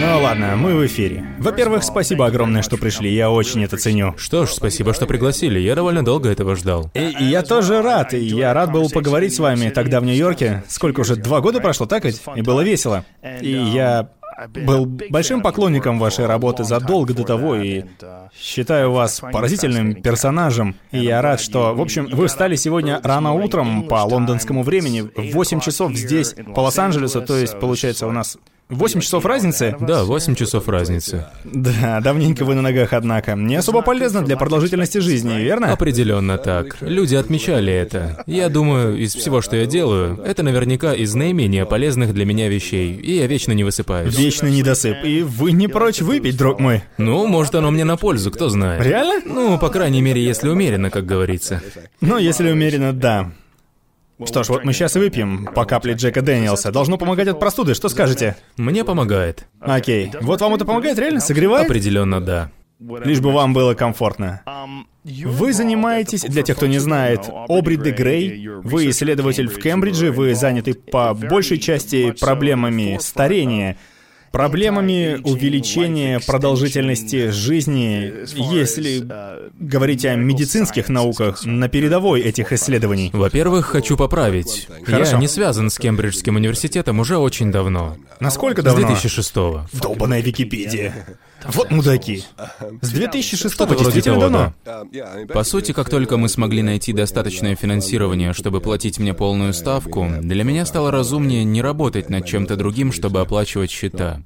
Ну ладно, мы в эфире. Во-первых, спасибо огромное, что пришли, я очень это ценю. Что ж, спасибо, что пригласили, я довольно долго этого ждал. И я тоже рад, и я рад был поговорить с вами тогда в Нью-Йорке. Сколько уже, 2 года прошло, так ведь? И было весело. И я был большим поклонником вашей работы задолго до того, и считаю вас поразительным персонажем. И я рад, что, в общем, вы встали сегодня рано утром по лондонскому времени, в 8 часов здесь, по Лос-Анджелесу, то есть, получается, у нас 8 часов разницы? Да, 8 часов разницы. Да, давненько вы на ногах, однако. Не особо полезно для продолжительности жизни, верно? Определенно так. Люди отмечали это. Я думаю, из всего, что я делаю, это наверняка из наименее полезных для меня вещей, и я вечно не высыпаюсь. Вечный недосып. И вы не прочь выпить, друг мой? Ну, может, оно мне на пользу, кто знает. Реально? Ну, по крайней мере, если умеренно, как говорится. Ну, если умеренно, да. Что ж, вот мы сейчас и выпьем по капле Джека Дэниелса. Должно помогать от простуды, что скажете? Мне помогает. Окей. Вот вам это помогает, реально? Согревает? Определенно, да. Лишь бы вам было комфортно. Вы занимаетесь, для тех, кто не знает, Обри де Грей. Вы исследователь в Кембридже, вы заняты по большей части проблемами старения, проблемами увеличения продолжительности жизни, если говорить о медицинских науках, на передовой этих исследований. Во-первых, хочу поправить. Хорошо. Я не связан с Кембриджским университетом уже очень давно. Насколько С давно? 2006-го. Долбаная Википедия. Вот мудаки. С 2006-го, Что-то вроде действительно того, давно. да. По сути, как только мы смогли найти достаточное финансирование, чтобы платить мне полную ставку, для меня стало разумнее не работать над чем-то другим, чтобы оплачивать счета.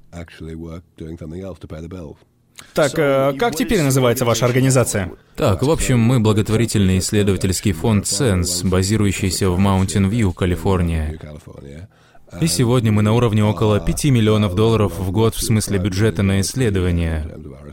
Так, как теперь называется ваша организация? Так, в общем, мы благотворительный исследовательский фонд Sense, базирующийся в Маунтин-Вью, Калифорния. И сегодня мы на уровне около $5 миллионов в год в смысле бюджета на исследования.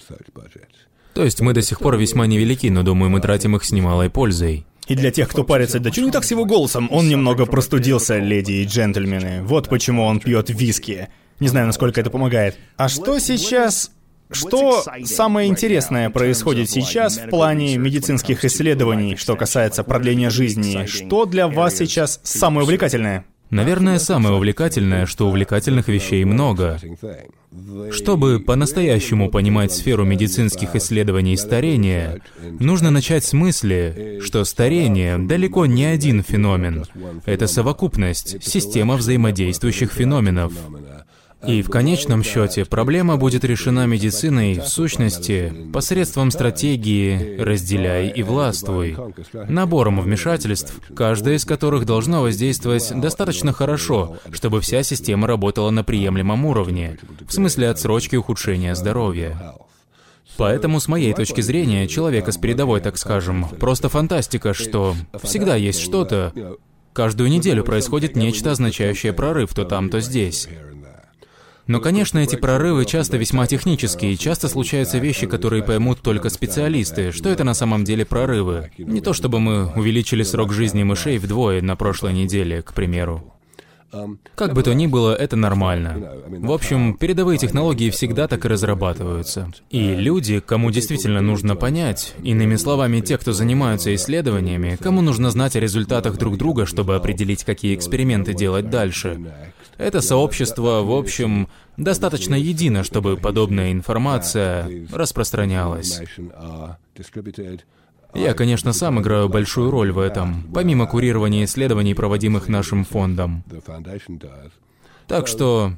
То есть мы до сих пор весьма невелики, но думаю, мы тратим их с немалой пользой. И для тех, кто парится, да чё не так с его голосом, он немного простудился, леди и джентльмены. Вот почему он пьет виски. Не знаю, насколько это помогает. А что сейчас... Что самое интересное происходит сейчас в плане медицинских исследований, что касается продления жизни? Что для вас сейчас самое увлекательное? Наверное, самое увлекательное, что увлекательных вещей много. Чтобы по-настоящему понимать сферу медицинских исследований старения, нужно начать с мысли, что старение далеко не один феномен. Это совокупность, система взаимодействующих феноменов. И в конечном счете проблема будет решена медициной, в сущности, посредством стратегии «разделяй и властвуй», набором вмешательств, каждое из которых должно воздействовать достаточно хорошо, чтобы вся система работала на приемлемом уровне, в смысле отсрочки ухудшения здоровья. Поэтому, с моей точки зрения, человека с передовой, так скажем, просто фантастика, что всегда есть что-то, каждую неделю происходит нечто, означающее прорыв то там, то здесь. Но, конечно, эти прорывы часто весьма технические, часто случаются вещи, которые поймут только специалисты, что это на самом деле прорывы. Не то чтобы мы увеличили срок жизни мышей вдвое на прошлой неделе, к примеру. Как бы то ни было, это нормально. В общем, передовые технологии всегда так и разрабатываются. И люди, кому действительно нужно понять, иными словами, те, кто занимаются исследованиями, кому нужно знать о результатах друг друга, чтобы определить, какие эксперименты делать дальше. Это сообщество, в общем, достаточно едино, чтобы подобная информация распространялась. Я, конечно, сам играю большую роль в этом, помимо курирования исследований, проводимых нашим фондом. Так что,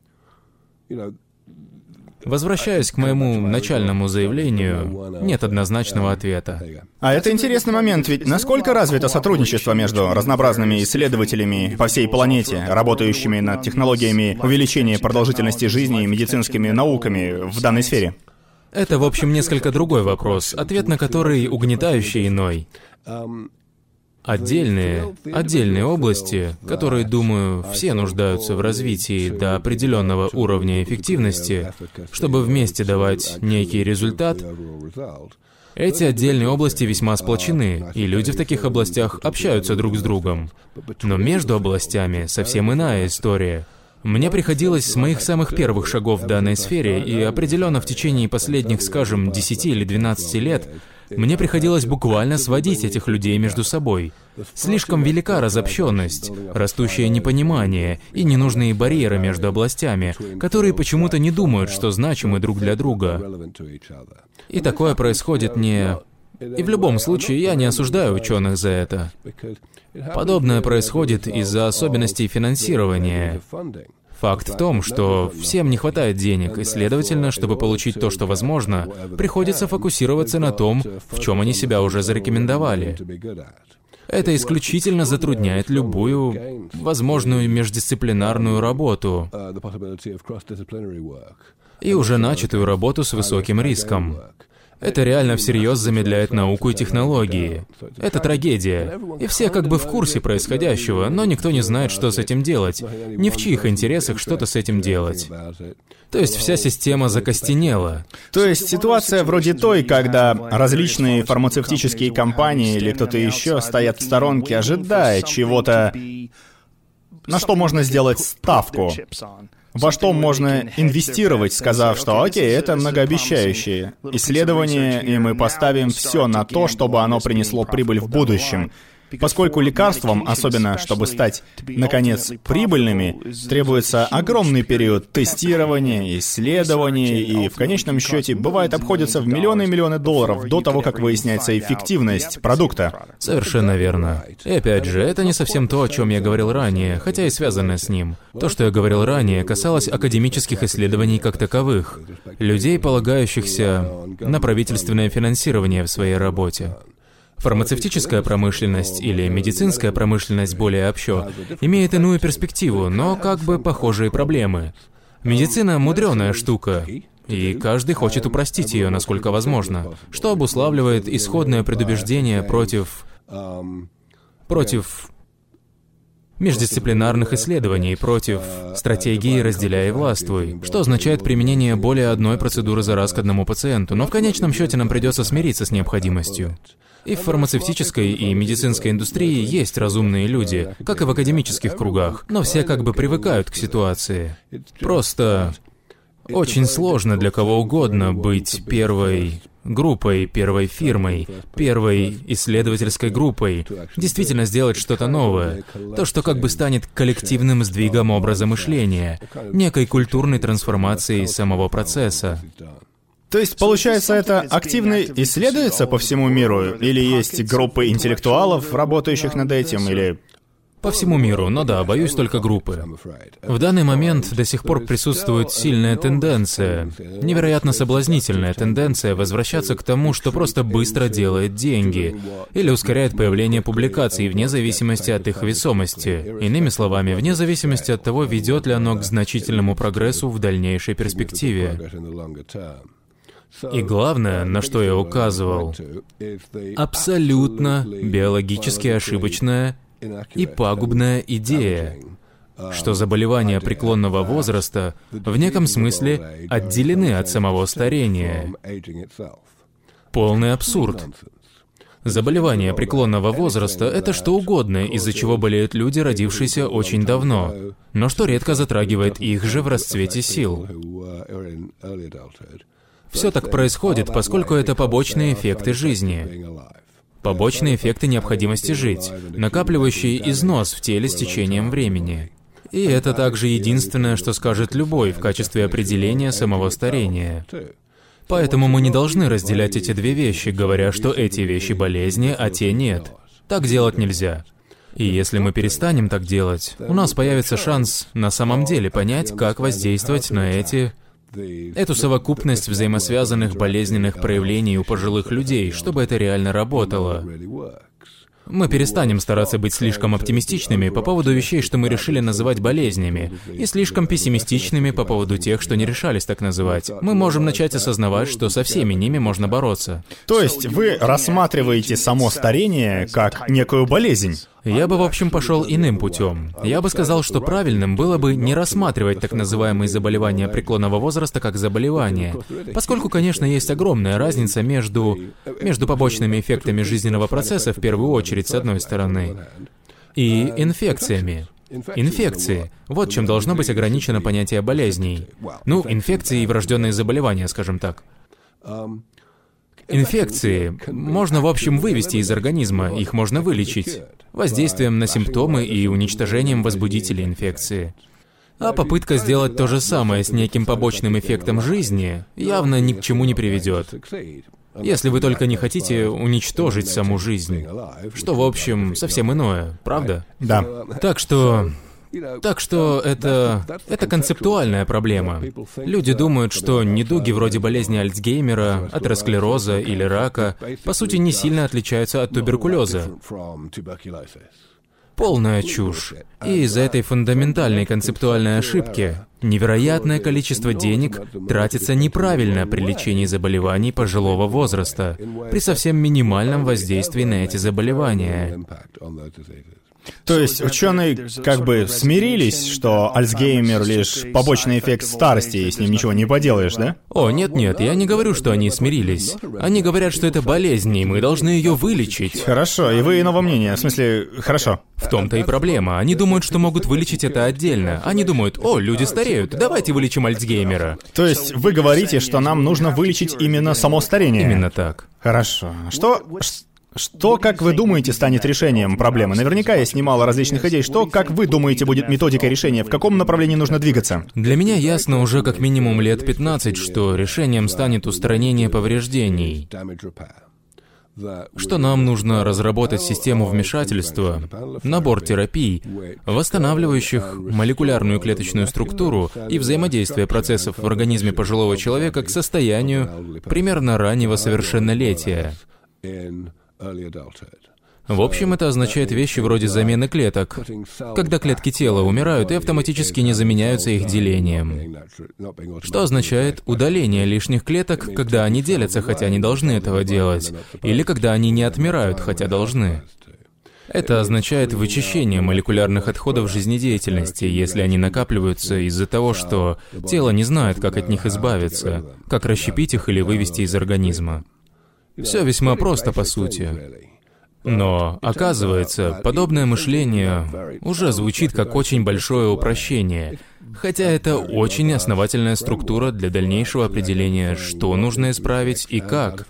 возвращаясь к моему начальному заявлению, нет однозначного ответа. А это интересный момент, ведь насколько развито сотрудничество между разнообразными исследователями по всей планете, работающими над технологиями увеличения продолжительности жизни и медицинскими науками в данной сфере? Это, в общем, несколько другой вопрос, ответ на который угнетающий иной. Отдельные области, которые, думаю, все нуждаются в развитии до определенного уровня эффективности, чтобы вместе давать некий результат, эти отдельные области весьма сплочены, и люди в таких областях общаются друг с другом. Но между областями совсем иная история. Мне приходилось с моих самых первых шагов в данной сфере, и определенно в течение последних, скажем, 10 или 12 лет, мне приходилось буквально сводить этих людей между собой. Слишком велика разобщенность, растущее непонимание и ненужные барьеры между областями, которые почему-то не думают, что значимы друг для друга. И такое происходит не... И в любом случае я не осуждаю ученых за это. Подобное происходит из-за особенностей финансирования. Факт в том, что всем не хватает денег, и, следовательно, чтобы получить то, что возможно, приходится фокусироваться на том, в чем они себя уже зарекомендовали. Это исключительно затрудняет любую возможную междисциплинарную работу и уже начатую работу с высоким риском. Это реально всерьез замедляет науку и технологии. Это трагедия. И все как бы в курсе происходящего, но никто не знает, что с этим делать. Ни в чьих интересах что-то с этим делать. То есть вся система закостенела. То есть ситуация вроде той, когда различные фармацевтические компании или кто-то еще стоят в сторонке, ожидая чего-то, на что можно сделать ставку. Во что можно инвестировать, сказав, что окей, это многообещающее исследование, и мы поставим все на то, чтобы оно принесло прибыль в будущем. Поскольку лекарствам, особенно чтобы стать, наконец, прибыльными, требуется огромный период тестирования, исследований, и в конечном счете, бывает, обходится в миллионы и миллионы долларов до того, как выясняется эффективность продукта. Совершенно верно. И опять же, это не совсем то, о чем я говорил ранее, хотя и связано с ним. То, что я говорил ранее, касалось академических исследований как таковых, людей, полагающихся на правительственное финансирование в своей работе. Фармацевтическая промышленность, или медицинская промышленность более общо, имеет иную перспективу, но как бы похожие проблемы. Медицина — мудреная штука, и каждый хочет упростить ее, насколько возможно, что обуславливает исходное предубеждение против междисциплинарных исследований, против стратегии «разделяй и властвуй», что означает применение более одной процедуры за раз к одному пациенту, но в конечном счете нам придется смириться с необходимостью. И в фармацевтической и медицинской индустрии есть разумные люди, как и в академических кругах, но все как бы привыкают к ситуации. Просто очень сложно для кого угодно быть первой группой, первой фирмой, первой исследовательской группой, действительно сделать что-то новое, то, что как бы станет коллективным сдвигом образа мышления, некой культурной трансформацией самого процесса. То есть, получается, это активно исследуется по всему миру? Или есть группы интеллектуалов, работающих над этим, или... По всему миру, но да, боюсь только группы. В данный момент до сих пор присутствует сильная тенденция, невероятно соблазнительная тенденция возвращаться к тому, что просто быстро делает деньги, или ускоряет появление публикаций вне зависимости от их весомости. Иными словами, вне зависимости от того, ведет ли оно к значительному прогрессу в дальнейшей перспективе. И главное, на что я указывал, абсолютно биологически ошибочная и пагубная идея, что заболевания преклонного возраста в неком смысле отделены от самого старения. Полный абсурд. Заболевания преклонного возраста — это что угодно, из-за чего болеют люди, родившиеся очень давно, но что редко затрагивает их же в расцвете сил. Все так происходит, поскольку это побочные эффекты жизни. Побочные эффекты необходимости жить, накапливающие износ в теле с течением времени. И это также единственное, что скажет любой в качестве определения самого старения. Поэтому мы не должны разделять эти две вещи, говоря, что эти вещи болезни, а те нет. Так делать нельзя. И если мы перестанем так делать, у нас появится шанс на самом деле понять, как воздействовать на эту совокупность взаимосвязанных болезненных проявлений у пожилых людей, чтобы это реально работало. Мы перестанем стараться быть слишком оптимистичными по поводу вещей, что мы решили называть болезнями, и слишком пессимистичными по поводу тех, что не решались так называть. Мы можем начать осознавать, что со всеми ними можно бороться. То есть вы рассматриваете само старение как некую болезнь? Я бы, в общем, пошел иным путем. Я бы сказал, что правильным было бы не рассматривать так называемые заболевания преклонного возраста как заболевания, поскольку, конечно, есть огромная разница между побочными эффектами жизненного процесса, в первую очередь, с одной стороны, и инфекциями. Инфекции. Вот чем должно быть ограничено понятие болезней. Ну, инфекции и врожденные заболевания, скажем так. Инфекции можно, в общем, вывести из организма, их можно вылечить воздействием на симптомы и уничтожением возбудителей инфекции. А попытка сделать то же самое с неким побочным эффектом жизни явно ни к чему не приведет. Если вы только не хотите уничтожить саму жизнь. Что, в общем, совсем иное, правда? Да. Так что это концептуальная проблема. Люди думают, что недуги вроде болезни Альцгеймера, атеросклероза или рака по сути не сильно отличаются от туберкулеза. Полная чушь. И из-за этой фундаментальной концептуальной ошибки невероятное количество денег тратится неправильно при лечении заболеваний пожилого возраста, при совсем минимальном воздействии на эти заболевания. То есть ученые как бы смирились, что Альцгеймер лишь побочный эффект старости, и с ним ничего не поделаешь, да? О, нет, я не говорю, что они смирились. Они говорят, что это болезнь, и мы должны ее вылечить. Хорошо, и вы иного мнения, в смысле, хорошо. В том-то и проблема. Они думают, что могут вылечить это отдельно. Они думают, о, люди стареют, давайте вылечим Альцгеймера. То есть вы говорите, что нам нужно вылечить именно само старение? Именно так. Хорошо. Что, как вы думаете, станет решением проблемы? Наверняка есть немало различных идей. Что, как вы думаете, будет методикой решения? В каком направлении нужно двигаться? Для меня ясно уже как минимум лет 15, что решением станет устранение повреждений. Что нам нужно разработать систему вмешательства, набор терапий, восстанавливающих молекулярную клеточную структуру и взаимодействие процессов в организме пожилого человека к состоянию примерно раннего совершеннолетия. В общем, это означает вещи вроде замены клеток, когда клетки тела умирают и автоматически не заменяются их делением. Что означает удаление лишних клеток, когда они делятся, хотя не должны этого делать, или когда они не отмирают, хотя должны. Это означает вычищение молекулярных отходов жизнедеятельности, если они накапливаются из-за того, что тело не знает, как от них избавиться, как расщепить их или вывести из организма. Все весьма просто, по сути. Но, оказывается, подобное мышление уже звучит как очень большое упрощение, хотя это очень основательная структура для дальнейшего определения, что нужно исправить и как.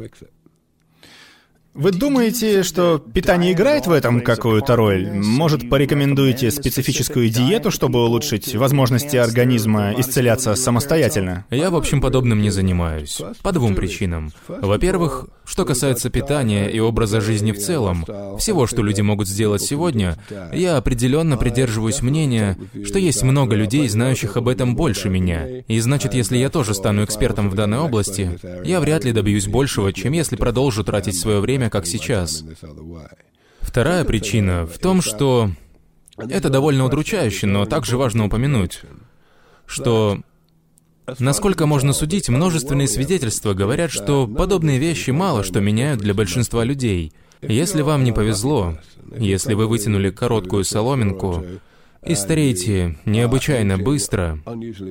Вы думаете, что питание играет в этом какую-то роль? Может, порекомендуете специфическую диету, чтобы улучшить возможности организма исцеляться самостоятельно? Я, в общем, подобным не занимаюсь. По двум причинам. Во-первых, что касается питания и образа жизни в целом, всего, что люди могут сделать сегодня, я определенно придерживаюсь мнения, что есть много людей, знающих об этом больше меня. И значит, если я тоже стану экспертом в данной области, я вряд ли добьюсь большего, чем если продолжу тратить свое время, как сейчас. Вторая причина в том, что это довольно удручающе, но также важно упомянуть, что, насколько можно судить, множественные свидетельства говорят, что подобные вещи мало что меняют для большинства людей. Если вам не повезло, если вы вытянули короткую соломинку и стареете необычайно быстро,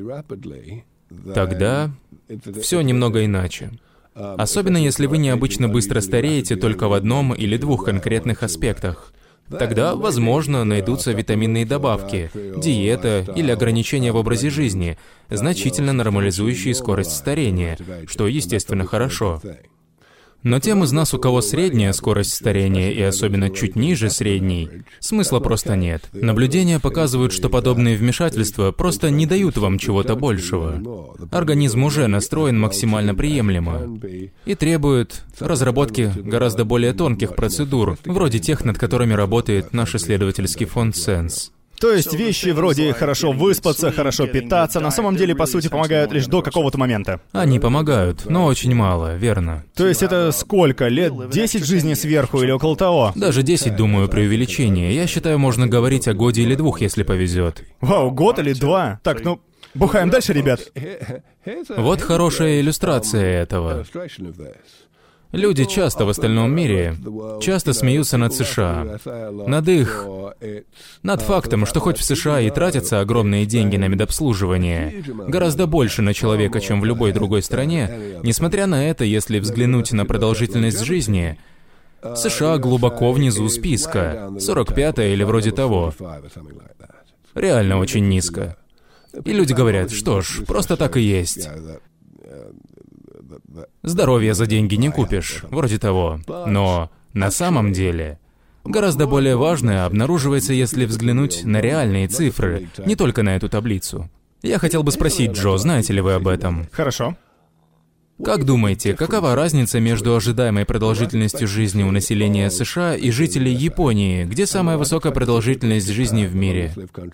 тогда все немного иначе. Особенно если вы необычно быстро стареете только в одном или двух конкретных аспектах. Тогда, возможно, найдутся витаминные добавки, диета или ограничения в образе жизни, значительно нормализующие скорость старения, что, естественно, хорошо. Но тем из нас, у кого средняя скорость старения и особенно чуть ниже средней, смысла просто нет. Наблюдения показывают, что подобные вмешательства просто не дают вам чего-то большего. Организм уже настроен максимально приемлемо и требует разработки гораздо более тонких процедур, вроде тех, над которыми работает наш исследовательский фонд SENS. То есть вещи вроде хорошо выспаться, хорошо питаться, на самом деле, по сути, помогают лишь до какого-то момента. Они помогают, но очень мало, верно. То есть это сколько? Лет 10 жизни сверху или около того? Даже 10, думаю, преувеличение. Я считаю, можно говорить о годе или двух, если повезет. Вау, год или два? Так, ну, бухаем дальше, ребят. Вот хорошая иллюстрация этого. Люди часто в остальном мире часто смеются над США, над фактом, что хоть в США и тратятся огромные деньги на медобслуживание, гораздо больше на человека, чем в любой другой стране, несмотря на это, если взглянуть на продолжительность жизни, США глубоко внизу списка, 45-я или вроде того. Реально очень низко. И люди говорят, что ж, просто так и есть. Здоровье за деньги не купишь, вроде того. Но на самом деле гораздо более важное обнаруживается, если взглянуть на реальные цифры, не только на эту таблицу. Я хотел бы спросить, Джо, знаете ли вы об этом? Хорошо. Как думаете, какова разница между ожидаемой продолжительностью жизни у населения США и жителей Японии, где самая высокая продолжительность жизни в мире?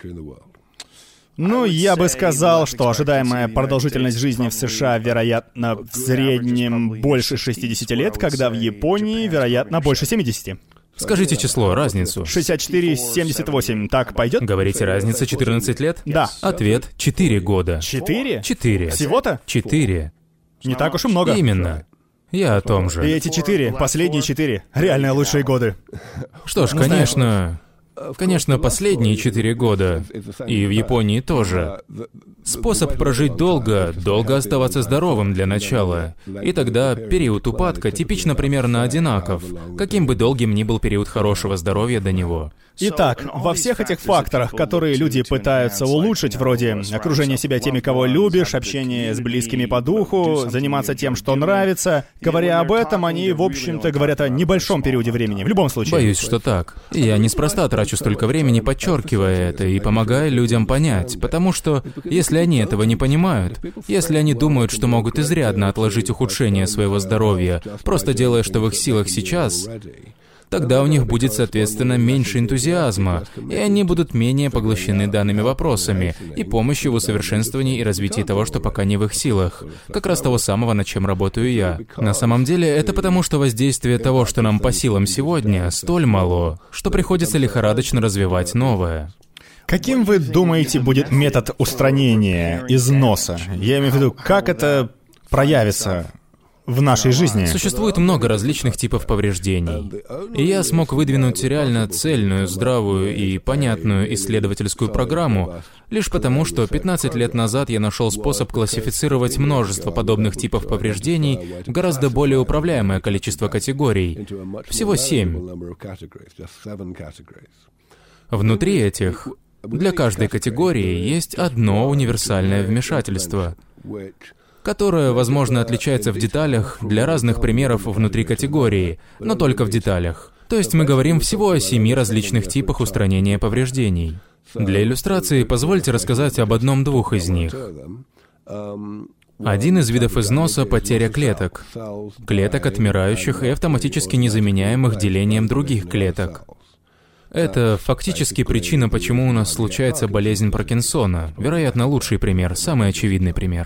Ну, я бы сказал, что ожидаемая продолжительность жизни в США, вероятно, в среднем больше 60 лет, когда в Японии, вероятно, больше 70. Скажите число, разницу. 64-78, так пойдет? Говорите, разница 14 лет? Да. Ответ — 4 года. 4? 4. Всего-то? 4. Не так уж и много. Именно. Я о том И же. эти 4, последние 4, реально лучшие годы. Что ж, конечно, последние 4 года, и в Японии тоже. Способ прожить долго оставаться здоровым для начала. И тогда период упадка типично примерно одинаков, каким бы долгим ни был период хорошего здоровья до него. Итак, во всех этих факторах, которые люди пытаются улучшить, вроде окружения себя теми, кого любишь, общение с близкими по духу, заниматься тем, что нравится, говоря об этом, они, в общем-то, говорят о небольшом периоде времени, в любом случае. Боюсь, что так. И я неспроста трачу столько времени, подчеркивая это, и помогая людям понять, потому что, если они этого не понимают, если они думают, что могут изрядно отложить ухудшение своего здоровья, просто делая, что в их силах сейчас, тогда у них будет, соответственно, меньше энтузиазма, и они будут менее поглощены данными вопросами и помощью в усовершенствовании и развитии того, что пока не в их силах. Как раз того самого, над чем работаю я. На самом деле, это потому, что воздействие того, что нам по силам сегодня, столь мало, что приходится лихорадочно развивать новое. Каким, вы думаете, будет метод устранения износа? Я имею в виду, как это проявится в нашей жизни? Существует много различных типов повреждений. И я смог выдвинуть реально цельную, здравую и понятную исследовательскую программу лишь потому, что 15 лет назад я нашел способ классифицировать множество подобных типов повреждений в гораздо более управляемое количество категорий. Всего 7. Внутри этих, для каждой категории, есть одно универсальное вмешательство, которое, возможно, отличается в деталях для разных примеров внутри категории, но только в деталях. То есть мы говорим всего о 7 различных типах устранения повреждений. Для иллюстрации позвольте рассказать об одном-двух из них. Один из видов износа — потеря клеток. Клеток, отмирающих и автоматически незаменяемых делением других клеток. Это фактически причина, почему у нас случается болезнь Паркинсона. Вероятно, лучший пример, самый очевидный пример.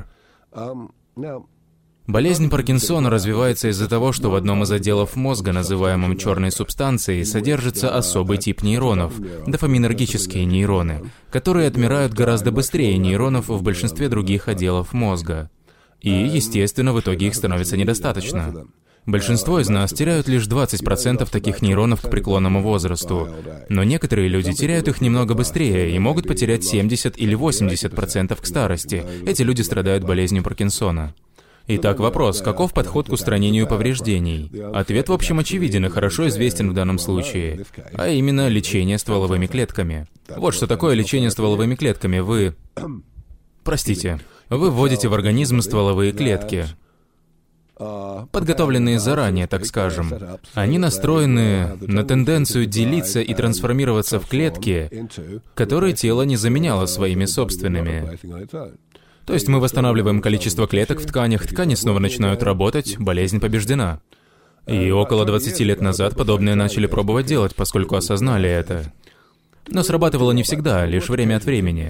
Болезнь Паркинсона развивается из-за того, что в одном из отделов мозга, называемом черной субстанцией, содержится особый тип нейронов – дофаминергические нейроны, которые отмирают гораздо быстрее нейронов в большинстве других отделов мозга. И, естественно, в итоге их становится недостаточно. Большинство из нас теряют лишь 20% таких нейронов к преклонному возрасту, но некоторые люди теряют их немного быстрее и могут потерять 70 или 80% к старости. Эти люди страдают болезнью Паркинсона. Итак, вопрос, каков подход к устранению повреждений? Ответ, в общем, очевиден и хорошо известен в данном случае, а именно лечение стволовыми клетками. Вот что такое лечение стволовыми клетками. Вы вводите в организм стволовые клетки, подготовленные заранее, так скажем. Они настроены на тенденцию делиться и трансформироваться в клетки, которые тело не заменяло своими собственными. То есть мы восстанавливаем количество клеток в тканях, ткани снова начинают работать, болезнь побеждена. И около 20 лет назад подобное начали пробовать делать, поскольку осознали это. Но срабатывало не всегда, лишь время от времени.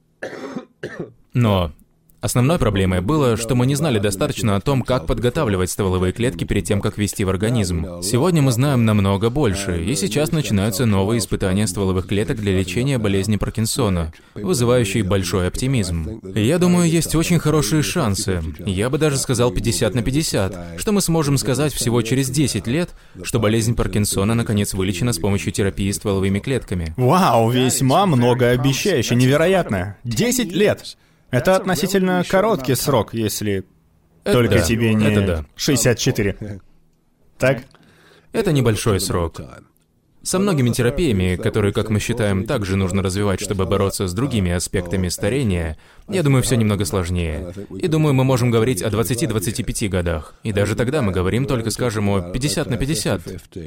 Но основной проблемой было, что мы не знали достаточно о том, как подготавливать стволовые клетки перед тем, как ввести в организм. Сегодня мы знаем намного больше, и сейчас начинаются новые испытания стволовых клеток для лечения болезни Паркинсона, вызывающие большой оптимизм. И я думаю, есть очень хорошие шансы, я бы даже сказал 50 на 50, что мы сможем сказать всего через 10 лет, что болезнь Паркинсона наконец вылечена с помощью терапии стволовыми клетками. Вау, весьма многообещающе, невероятно. 10 лет! Это относительно короткий срок, если только тебе не 64. Так? Это небольшой срок. Со многими терапиями, которые, как мы считаем, также нужно развивать, чтобы бороться с другими аспектами старения, я думаю, все немного сложнее. И думаю, мы можем говорить о 20-25 годах. И даже тогда мы говорим только, скажем, о 50 на 50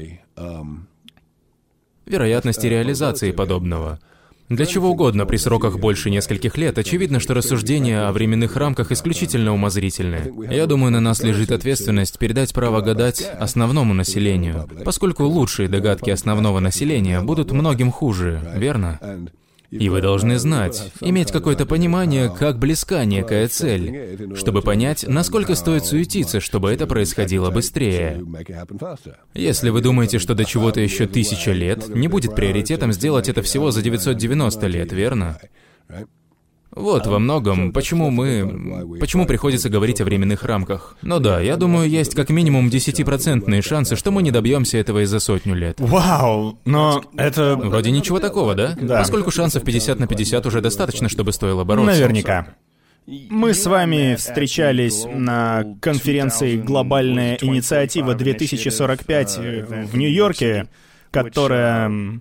вероятности реализации подобного. Для чего угодно при сроках больше нескольких лет, очевидно, что рассуждения о временных рамках исключительно умозрительны. Я думаю, на нас лежит ответственность передать право гадать основному населению, поскольку лучшие догадки основного населения будут многим хуже, верно? И вы должны знать, иметь какое-то понимание, как близка некая цель, чтобы понять, насколько стоит суетиться, чтобы это происходило быстрее. Если вы думаете, что до чего-то еще 1000 лет, не будет приоритетом сделать это всего за 990 лет, верно? Вот во многом, почему приходится говорить о временных рамках. Но да, я думаю, есть как минимум 10% шансы, что мы не добьемся этого и за 100 лет. Вау, но это... Вроде ничего такого, да? Да. Поскольку шансов 50 на 50 уже достаточно, чтобы стоило бороться. Наверняка. Мы с вами встречались на конференции «Глобальная инициатива 2045» в Нью-Йорке, которая...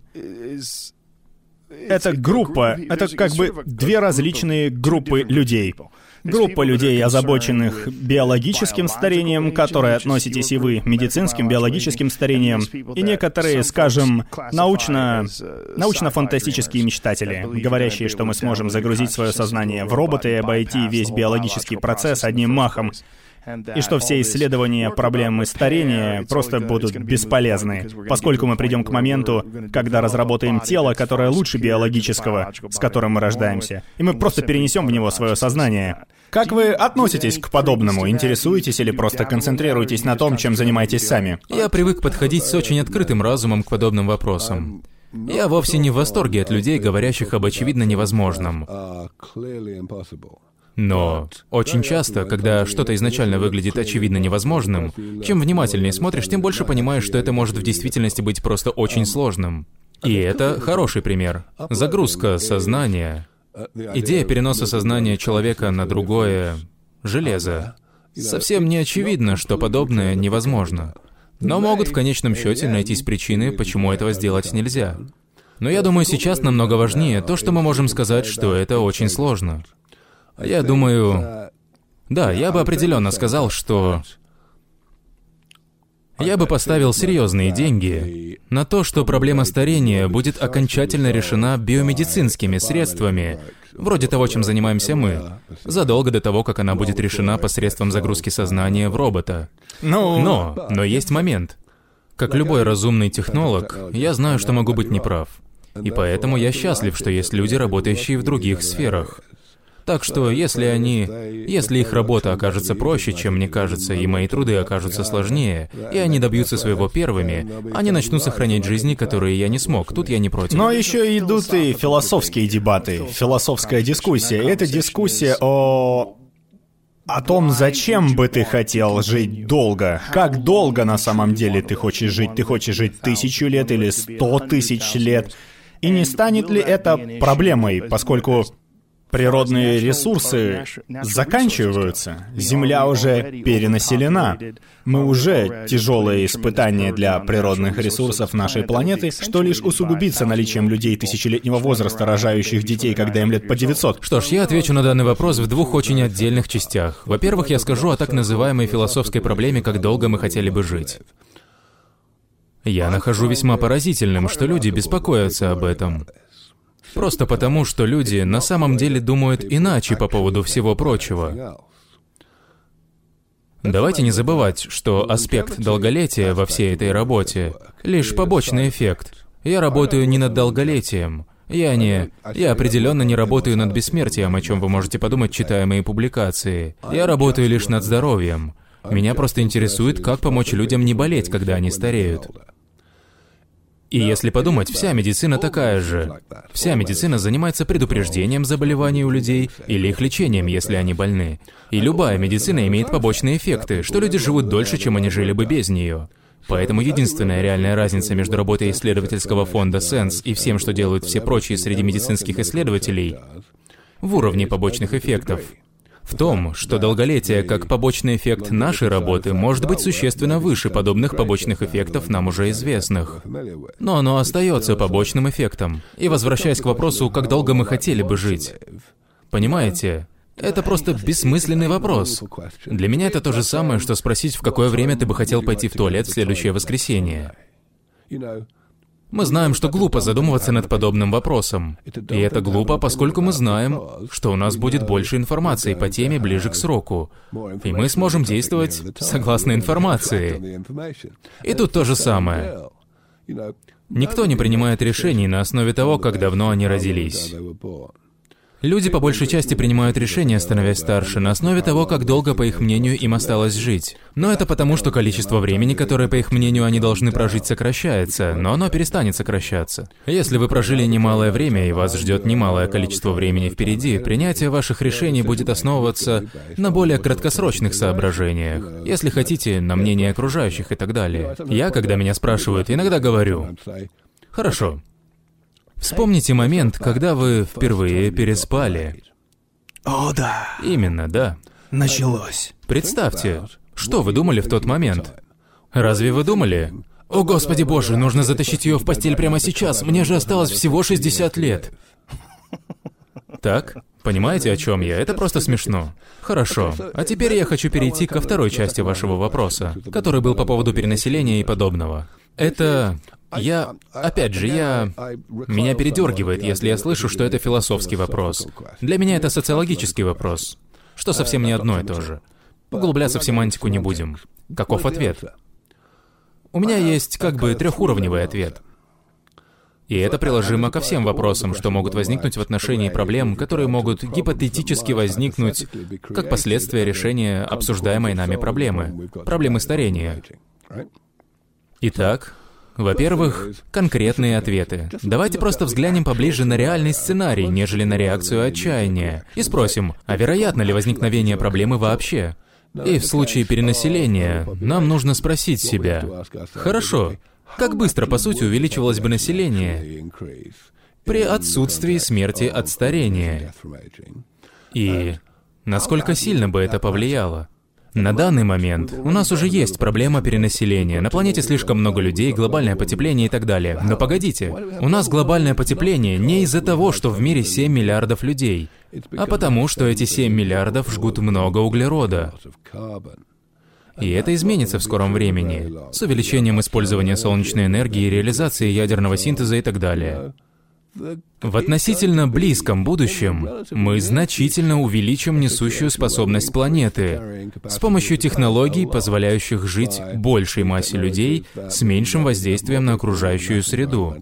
Это группа, это как бы две различные группы людей. Группа людей, озабоченных биологическим старением, к которой относитесь и вы, медицинским, биологическим старением, и некоторые, скажем, научно-фантастические мечтатели, говорящие, что мы сможем загрузить свое сознание в робота и обойти весь биологический процесс одним махом, и что все исследования проблемы старения просто будут бесполезны, поскольку мы придем к моменту, когда разработаем тело, которое лучше биологического, с которым мы рождаемся, и мы просто перенесем в него свое сознание. Как вы относитесь к подобному? Интересуетесь или просто концентрируетесь на том, чем занимаетесь сами? Я привык подходить с очень открытым разумом к подобным вопросам. Я вовсе не в восторге от людей, говорящих об очевидно невозможном. Но очень часто, когда что-то изначально выглядит очевидно невозможным, чем внимательнее смотришь, тем больше понимаешь, что это может в действительности быть просто очень сложным. И это хороший пример. Загрузка сознания. Идея переноса сознания человека на другое железо. Совсем не очевидно, что подобное невозможно. Но могут в конечном счете найтись причины, почему этого сделать нельзя. Но я думаю, сейчас намного важнее то, что мы можем сказать, что это очень сложно. Я думаю... Да, я бы определенно сказал, что... Я бы поставил серьезные деньги на то, что проблема старения будет окончательно решена биомедицинскими средствами, вроде того, чем занимаемся мы, задолго до того, как она будет решена посредством загрузки сознания в робота. Но есть момент. Как любой разумный технолог, я знаю, что могу быть неправ. И поэтому я счастлив, что есть люди, работающие в других сферах. Так что, если их работа окажется проще, чем мне кажется, и мои труды окажутся сложнее, и они добьются своего первыми, они начнут сохранять жизни, которые я не смог. Тут я не против. Но еще идут и философские дебаты, философская дискуссия. Это дискуссия о том, зачем бы ты хотел жить долго. Как долго на самом деле ты хочешь жить? Ты хочешь жить 1000 лет или 100 тысяч лет? И не станет ли это проблемой, поскольку... Природные ресурсы заканчиваются, Земля уже перенаселена. Мы уже тяжелое испытание для природных ресурсов нашей планеты, что лишь усугубится наличием людей тысячелетнего возраста, рожающих детей, когда им лет по 900. Что ж, я отвечу на данный вопрос в двух очень отдельных частях. Во-первых, я скажу о так называемой философской проблеме, как долго мы хотели бы жить. Я нахожу весьма поразительным, что люди беспокоятся об этом. Просто потому, что люди на самом деле думают иначе по поводу всего прочего. Давайте не забывать, что аспект долголетия во всей этой работе — лишь побочный эффект. Я работаю не над долголетием. Я определенно не работаю над бессмертием, о чем вы можете подумать, читая мои публикации. Я работаю лишь над здоровьем. Меня просто интересует, как помочь людям не болеть, когда они стареют. И если подумать, вся медицина такая же. Вся медицина занимается предупреждением заболеваний у людей или их лечением, если они больны. И любая медицина имеет побочные эффекты, что люди живут дольше, чем они жили бы без нее. Поэтому единственная реальная разница между работой исследовательского фонда Sense и всем, что делают все прочие среди медицинских исследователей, в уровне побочных эффектов. в том, что долголетие как побочный эффект нашей работы может быть существенно выше подобных побочных эффектов нам уже известных. Но оно остается побочным эффектом. И возвращаясь к вопросу, как долго мы хотели бы жить. Понимаете? Это просто бессмысленный вопрос. Для меня это то же самое, что спросить, в какое время ты бы хотел пойти в туалет в следующее воскресенье. Мы знаем, что глупо задумываться над подобным вопросом. И это глупо, поскольку мы знаем, что у нас будет больше информации по теме ближе к сроку. И мы сможем действовать согласно информации. И тут то же самое. Никто не принимает решений на основе того, как давно они родились. Люди по большей части принимают решения, становясь старше, на основе того, как долго, по их мнению, им осталось жить. Но это потому, что количество времени, которое, по их мнению, они должны прожить, сокращается, но оно перестанет сокращаться. Если вы прожили немалое время, и вас ждет немалое количество времени впереди, принятие ваших решений будет основываться на более краткосрочных соображениях, если хотите, на мнении окружающих и так далее. Я, когда меня спрашивают, иногда говорю: «Хорошо. Вспомните момент, когда вы впервые переспали». О, да. Именно, да. Началось. Представьте, что вы думали в тот момент? Разве вы думали: «О, Господи Боже, нужно затащить ее в постель прямо сейчас, мне же осталось всего 60 лет». Так? Понимаете, о чем я? Это просто смешно. Хорошо. А теперь я хочу перейти ко второй части вашего вопроса, который был по поводу перенаселения и подобного. Это... Меня передергивает, если я слышу, что это философский вопрос. Для меня это социологический вопрос, что совсем не одно и то же. Углубляться в семантику не будем. Каков ответ? У меня есть как бы трехуровневый ответ. И это приложимо ко всем вопросам, что могут возникнуть в отношении проблем, которые могут гипотетически возникнуть как последствия решения обсуждаемой нами проблемы старения. Итак, во-первых, конкретные ответы. Давайте просто взглянем поближе на реальный сценарий, нежели на реакцию отчаяния, и спросим, а вероятно ли возникновение проблемы вообще? И в случае перенаселения нам нужно спросить себя: хорошо, как быстро, по сути, увеличивалось бы население при отсутствии смерти от старения? И насколько сильно бы это повлияло? На данный момент у нас уже есть проблема перенаселения. На планете слишком много людей, глобальное потепление и так далее. Но погодите, у нас глобальное потепление не из-за того, что в мире 7 миллиардов людей, а потому, что эти 7 миллиардов жгут много углерода. И это изменится в скором времени, с увеличением использования солнечной энергии, реализацией ядерного синтеза и так далее. В относительно близком будущем мы значительно увеличим несущую способность планеты с помощью технологий, позволяющих жить большей массе людей с меньшим воздействием на окружающую среду.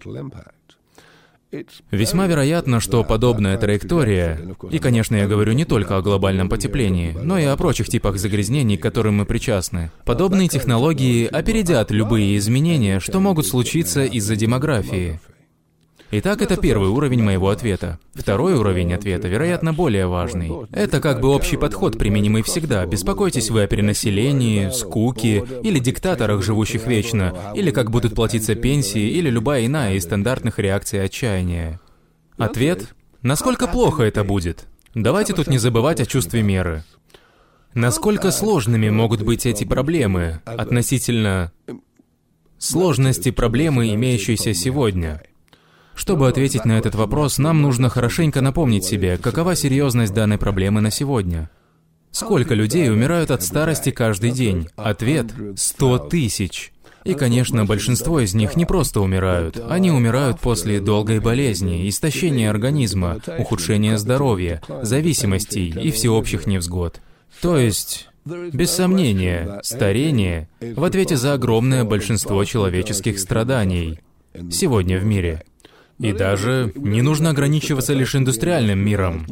Весьма вероятно, что подобная траектория, и, конечно, я говорю не только о глобальном потеплении, но и о прочих типах загрязнений, к которым мы причастны, подобные технологии опередят любые изменения, что могут случиться из-за демографии. Итак, это первый уровень моего ответа. Второй уровень ответа, вероятно, более важный. Это как бы общий подход, применимый всегда. Беспокойтесь вы о перенаселении, скуке, или диктаторах, живущих вечно, или как будут платиться пенсии, или любая иная из стандартных реакций отчаяния. Ответ? Насколько плохо это будет? Давайте тут не забывать о чувстве меры. Насколько сложными могут быть эти проблемы относительно сложности проблемы, имеющейся сегодня? Чтобы ответить на этот вопрос, нам нужно хорошенько напомнить себе, какова серьезность данной проблемы на сегодня. Сколько людей умирают от старости каждый день? Ответ – 100 тысяч. И, конечно, большинство из них не просто умирают. Они умирают после долгой болезни, истощения организма, ухудшения здоровья, зависимостей и всеобщих невзгод. То есть, без сомнения, старение в ответе за огромное большинство человеческих страданий сегодня в мире. И даже не нужно ограничиваться лишь индустриальным миром.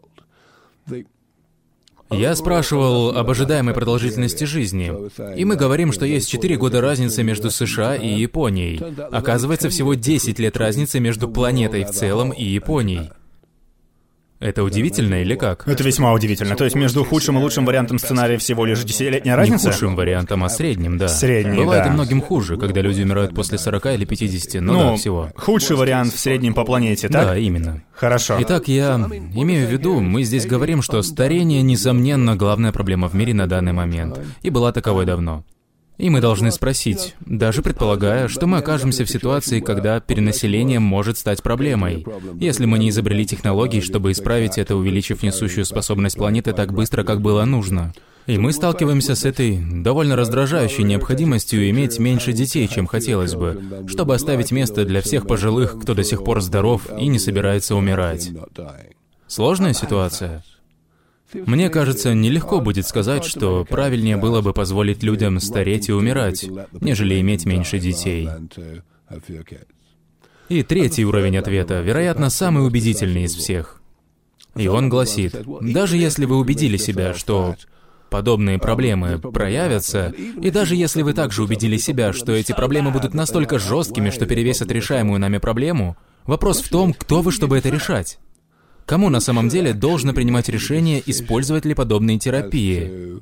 Я спрашивал об ожидаемой продолжительности жизни, и мы говорим, что есть 4 года разницы между США и Японией. Оказывается, всего 10 лет разницы между планетой в целом и Японией. Это удивительно или как? Это весьма удивительно. То есть между худшим и лучшим вариантом сценария всего лишь 10-летняя разница? Не худшим вариантом, а средним, да. Средний, Бывает да. и многим хуже, когда люди умирают после 40 или 50, да, всего. Худший вариант в среднем по планете, так? Да, именно. Хорошо. Итак, я имею в виду, мы здесь говорим, что старение, несомненно, главная проблема в мире на данный момент. И была таковой давно. И мы должны спросить, даже предполагая, что мы окажемся в ситуации, когда перенаселение может стать проблемой, если мы не изобрели технологий, чтобы исправить это, увеличив несущую способность планеты так быстро, как было нужно. И мы сталкиваемся с этой довольно раздражающей необходимостью иметь меньше детей, чем хотелось бы, чтобы оставить место для всех пожилых, кто до сих пор здоров и не собирается умирать. Сложная ситуация? Мне кажется, нелегко будет сказать, что правильнее было бы позволить людям стареть и умирать, нежели иметь меньше детей. И третий уровень ответа, вероятно, самый убедительный из всех. И он гласит, даже если вы убедили себя, что подобные проблемы проявятся, и даже если вы также убедили себя, что эти проблемы будут настолько жесткими, что перевесят решаемую нами проблему, вопрос в том, кто вы, чтобы это решать. Кому на самом деле должно принимать решение, использовать ли подобные терапии?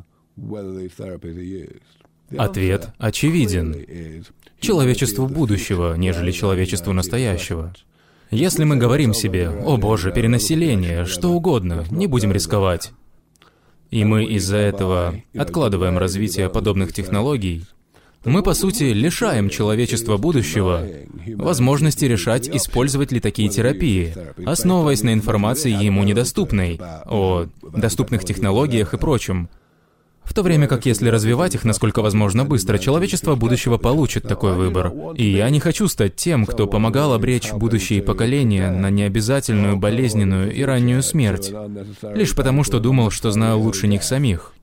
Ответ очевиден. Человечеству будущего, нежели человечеству настоящего. Если мы говорим себе, «О боже, перенаселение, что угодно, не будем рисковать», и мы из-за этого откладываем развитие подобных технологий, мы, по сути, лишаем человечества будущего возможности решать, использовать ли такие терапии, основываясь на информации ему недоступной, о доступных технологиях и прочем. В то время как если развивать их насколько возможно быстро, человечество будущего получит такой выбор. И я не хочу стать тем, кто помогал обречь будущие поколения на необязательную, болезненную и раннюю смерть, лишь потому, что думал, что знаю лучше них самих.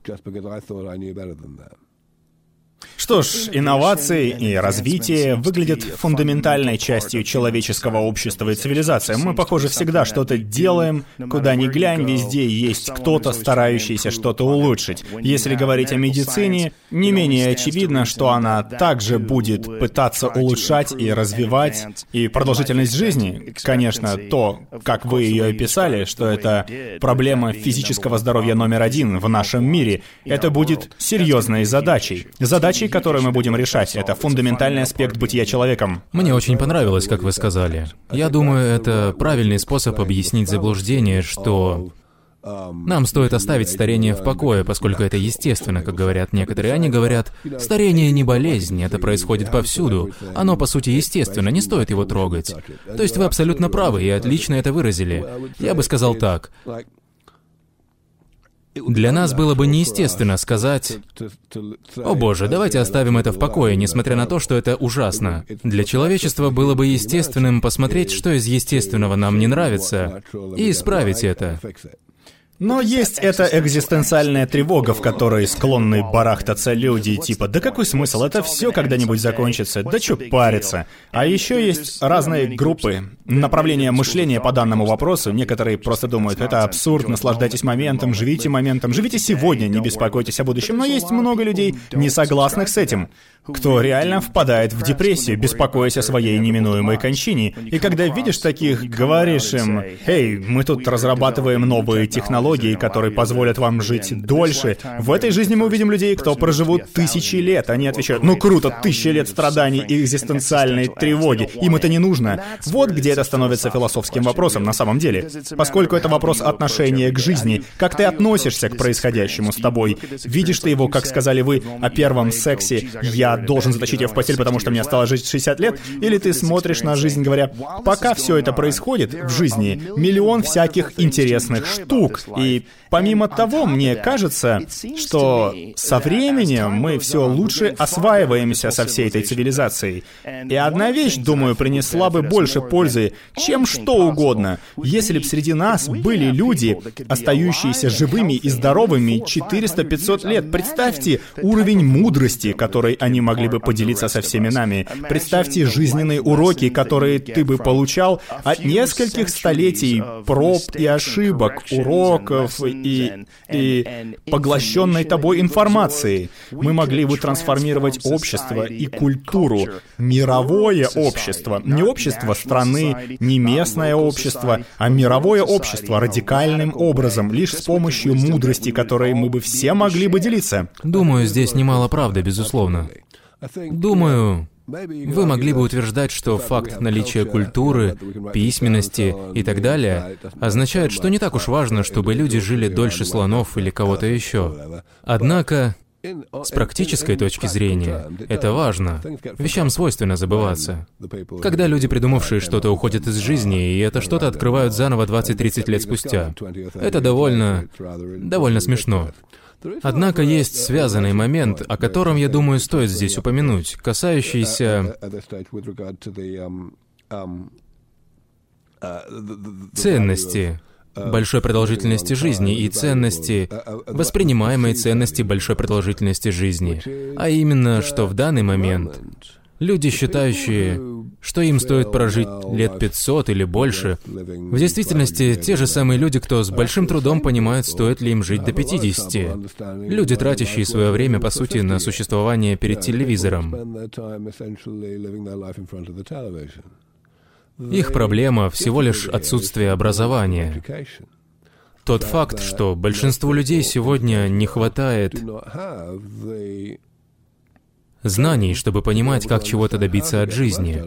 Что ж, инновации и развитие выглядят фундаментальной частью человеческого общества и цивилизации. Мы, похоже, всегда что-то делаем, куда ни глянь, везде есть кто-то, старающийся что-то улучшить. Если говорить о медицине, не менее очевидно, что она также будет пытаться улучшать и развивать. И продолжительность жизни, конечно, то, как вы ее описали, что это проблема физического здоровья номер один в нашем мире, это будет серьезной задачей. Задачей, которую мы будем решать, это фундаментальный аспект бытия человеком. Мне очень понравилось, как вы сказали. Я думаю, это правильный способ объяснить заблуждение, что нам стоит оставить старение в покое, поскольку это естественно, как говорят некоторые. Они говорят, старение не болезнь, это происходит повсюду. Оно, по сути, естественно, не стоит его трогать. То есть вы абсолютно правы и отлично это выразили. Я бы сказал так. Для нас было бы неестественно сказать, «О боже, давайте оставим это в покое, несмотря на то, что это ужасно». Для человечества было бы естественным посмотреть, что из естественного нам не нравится, и исправить это. Но есть эта экзистенциальная тревога, в которой склонны барахтаться люди, типа, да какой смысл, это все когда-нибудь закончится, да чё париться. А еще есть разные группы, направления мышления по данному вопросу. Некоторые просто думают, это абсурд, наслаждайтесь моментом, живите сегодня, не беспокойтесь о будущем. Но есть много людей, не согласных с этим, кто реально впадает в депрессию, беспокоясь о своей неминуемой кончине. И когда видишь таких, говоришь им, «Эй, мы тут разрабатываем новые технологии, которые позволят вам жить дольше. В этой жизни мы увидим людей, кто проживут 1000 лет». Они отвечают, «Ну круто, 1000 лет страданий и экзистенциальной тревоги. Им это не нужно». Вот где это становится философским вопросом на самом деле. Поскольку это вопрос отношения к жизни. Как ты относишься к происходящему с тобой? Видишь ты его, как сказали вы, о первом сексе, «Я должен затащить ее в постель, потому что мне осталось жить 60 лет», или ты смотришь на жизнь, говоря, пока все это происходит в жизни, миллион всяких интересных штук. И помимо того, мне кажется, что со временем мы все лучше осваиваемся со всей этой цивилизацией. И одна вещь, думаю, принесла бы больше пользы, чем что угодно, если бы среди нас были люди, остающиеся живыми и здоровыми 400-500 лет. Представьте уровень мудрости, который они могли бы поделиться со всеми нами. Представьте жизненные уроки, которые ты бы получал от нескольких столетий проб и ошибок. Урок потоков и поглощенной тобой информации. Мы могли бы трансформировать общество и культуру, мировое общество. Не общество страны, не местное общество, а мировое общество радикальным образом, лишь с помощью мудрости, которой мы бы все могли бы делиться. Думаю, здесь немало правды, безусловно. Думаю, вы могли бы утверждать, что факт наличия культуры, письменности и так далее означает, что не так уж важно, чтобы люди жили дольше слонов или кого-то еще. Однако, с практической точки зрения, это важно. Вещам свойственно забываться. Когда люди, придумавшие что-то, уходят из жизни, и это что-то открывают заново 20-30 лет спустя, это довольно смешно. Однако есть связанный момент, о котором, я думаю, стоит здесь упомянуть, касающийся ценности большой продолжительности жизни и ценности, воспринимаемой ценности большой продолжительности жизни. А именно, что в данный момент люди, считающие, что им стоит прожить лет 500 или больше, в действительности те же самые люди, кто с большим трудом понимают, стоит ли им жить до 50. Люди, тратящие свое время, по сути, на существование перед телевизором. Их проблема всего лишь отсутствие образования. Тот факт, что большинству людей сегодня не хватает знаний, чтобы понимать, как чего-то добиться от жизни.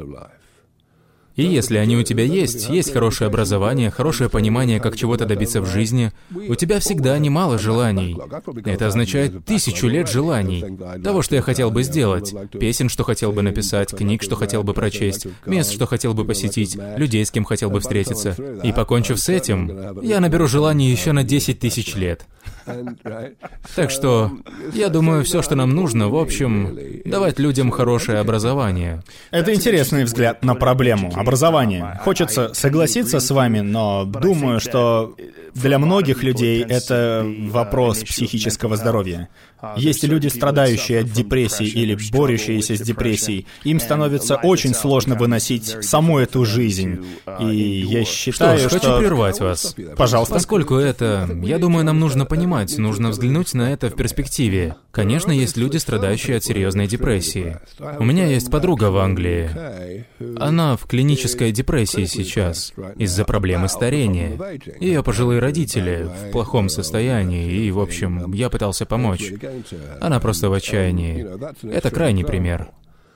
И если они у тебя есть хорошее образование, хорошее понимание, как чего-то добиться в жизни, у тебя всегда немало желаний. Это означает 1000 лет желаний. Того, что я хотел бы сделать. Песен, что хотел бы написать, книг, что хотел бы прочесть, мест, что хотел бы посетить, людей, с кем хотел бы встретиться. И покончив с этим, я наберу желаний еще на 10 000 лет. Так что, я думаю, все, что нам нужно, в общем, давать людям хорошее образование. Это интересный взгляд на проблему. Образование. Хочется согласиться с вами, но думаю, что для многих людей это вопрос психического здоровья. Есть люди, страдающие от депрессии или борющиеся с депрессией. Им становится очень сложно выносить саму эту жизнь. И я считаю, что... Хочу прервать вас. Пожалуйста. Поскольку это, я думаю, нам нужно понимать, нужно взглянуть на это в перспективе. Конечно, есть люди, страдающие от серьезной депрессии. У меня есть подруга в Англии. Она в клинической депрессии сейчас, из-за проблемы старения. Ее пожилые родители в плохом состоянии, и, в общем, я пытался помочь. Она просто в отчаянии. Это крайний пример.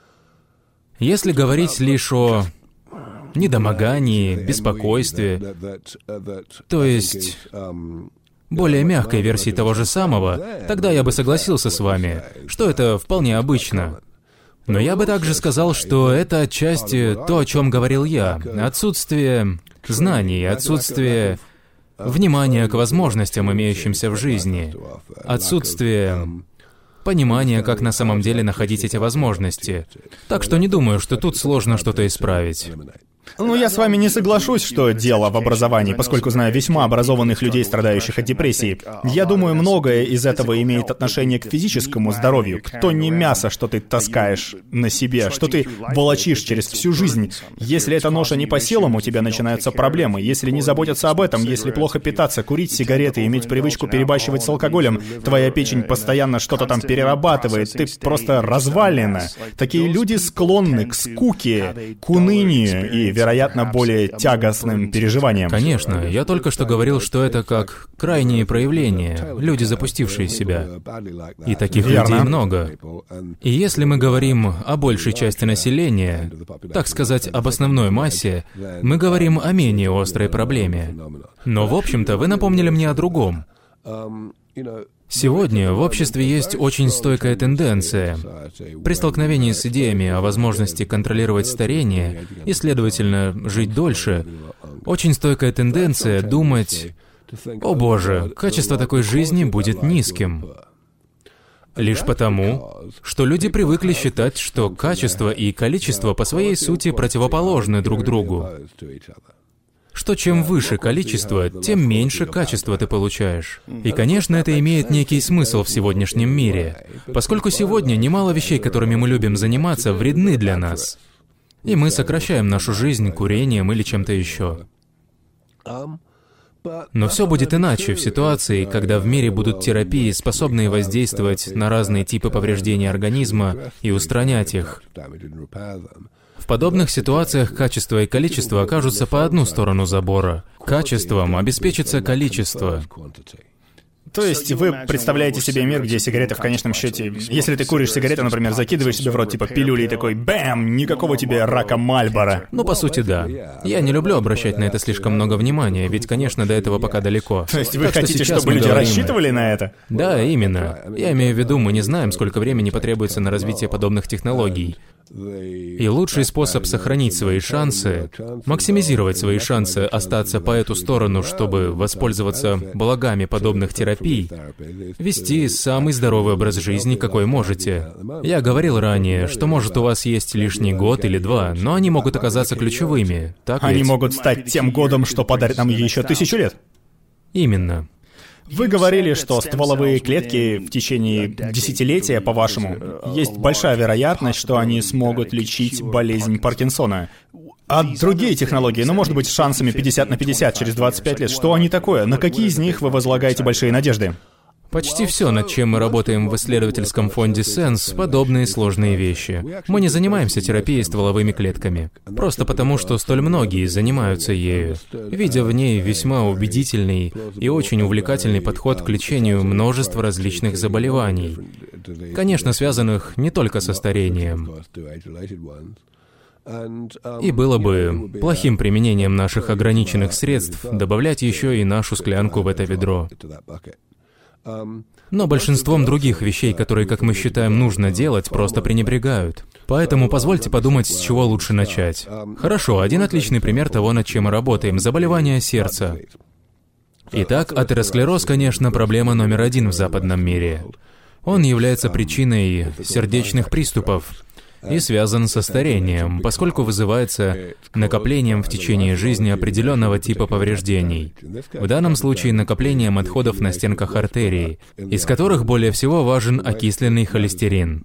Если говорить лишь о недомогании, беспокойстве, то есть более мягкой версии того же самого, тогда я бы согласился с вами, что это вполне обычно. Но я бы также сказал, что это отчасти то, о чем говорил я. Отсутствие знаний, отсутствие внимания к возможностям, имеющимся в жизни, отсутствие понимания, как на самом деле находить эти возможности. Так что не думаю, что тут сложно что-то исправить. Ну, я с вами не соглашусь, что дело в образовании, поскольку знаю весьма образованных людей, страдающих от депрессии. Я думаю, многое из этого имеет отношение к физическому здоровью. То не мясо, что ты таскаешь на себе, что ты волочишь через всю жизнь. Если эта ноша не по силам, у тебя начинаются проблемы. Если не заботиться об этом, если плохо питаться, курить сигареты, иметь привычку перебарщивать с алкоголем, твоя печень постоянно что-то там перерабатывает, ты просто развалина. Такие люди склонны к скуке, к унынию и, вероятно, более тягостным переживаниям. Конечно, я только что говорил, что это как крайние проявления, люди, запустившие себя. И таких людей много. И если мы говорим о большей части населения, так сказать, об основной массе, мы говорим о менее острой проблеме. Но, в общем-то, вы напомнили мне о другом. Сегодня в обществе есть очень стойкая тенденция. При столкновении с идеями о возможности контролировать старение и, следовательно, жить дольше, очень стойкая тенденция думать: «О боже, качество такой жизни будет низким». Лишь потому, что люди привыкли считать, что качество и количество по своей сути противоположны друг другу. Что чем выше количество, тем меньше качества ты получаешь. И, конечно, это имеет некий смысл в сегодняшнем мире, поскольку сегодня немало вещей, которыми мы любим заниматься, вредны для нас. И мы сокращаем нашу жизнь курением или чем-то еще. Но все будет иначе в ситуации, когда в мире будут терапии, способные воздействовать на разные типы повреждений организма и устранять их. В подобных ситуациях качество и количество окажутся по одну сторону забора. Качеством обеспечится количество. То есть вы представляете себе мир, где сигареты в конечном счете... Если ты куришь сигарету, например, закидываешь себе в рот типа пилюли и такой бэм, никакого тебе рака Мальборо. Ну, по сути, да. Я не люблю обращать на это слишком много внимания, ведь, конечно, до этого пока далеко. То есть вы хотите, чтобы люди рассчитывали на это? Да, именно. Я имею в виду, мы не знаем, сколько времени потребуется на развитие подобных технологий. И лучший способ сохранить свои шансы, максимизировать свои шансы остаться по эту сторону, чтобы воспользоваться благами подобных терапий, вести самый здоровый образ жизни, какой можете. Я говорил ранее, что может у вас есть лишний год или два, но они могут оказаться ключевыми, так ведь? Они могут стать тем годом, что подарит нам еще 1000 лет. Именно. Вы говорили, что стволовые клетки в течение десятилетия, по-вашему, есть большая вероятность, что они смогут лечить болезнь Паркинсона. А другие технологии, ну, может быть, с шансами 50 на 50 через 25 лет, что они такое? На какие из них вы возлагаете большие надежды? Почти все, над чем мы работаем в исследовательском фонде Sense, подобные сложные вещи. Мы не занимаемся терапией стволовыми клетками. Просто потому, что столь многие занимаются ею, видя в ней весьма убедительный и очень увлекательный подход к лечению множества различных заболеваний. Конечно, связанных не только со старением. И было бы плохим применением наших ограниченных средств добавлять еще и нашу склянку в это ведро. Но большинством других вещей, которые, как мы считаем, нужно делать, просто пренебрегают. Поэтому позвольте подумать, с чего лучше начать. Хорошо, один отличный пример того, над чем мы работаем – заболевание сердца. Итак, атеросклероз, конечно, проблема номер один в западном мире. Он является причиной сердечных приступов и связан со старением, поскольку вызывается накоплением в течение жизни определенного типа повреждений. В данном случае накоплением отходов на стенках артерий, из которых более всего важен окисленный холестерин.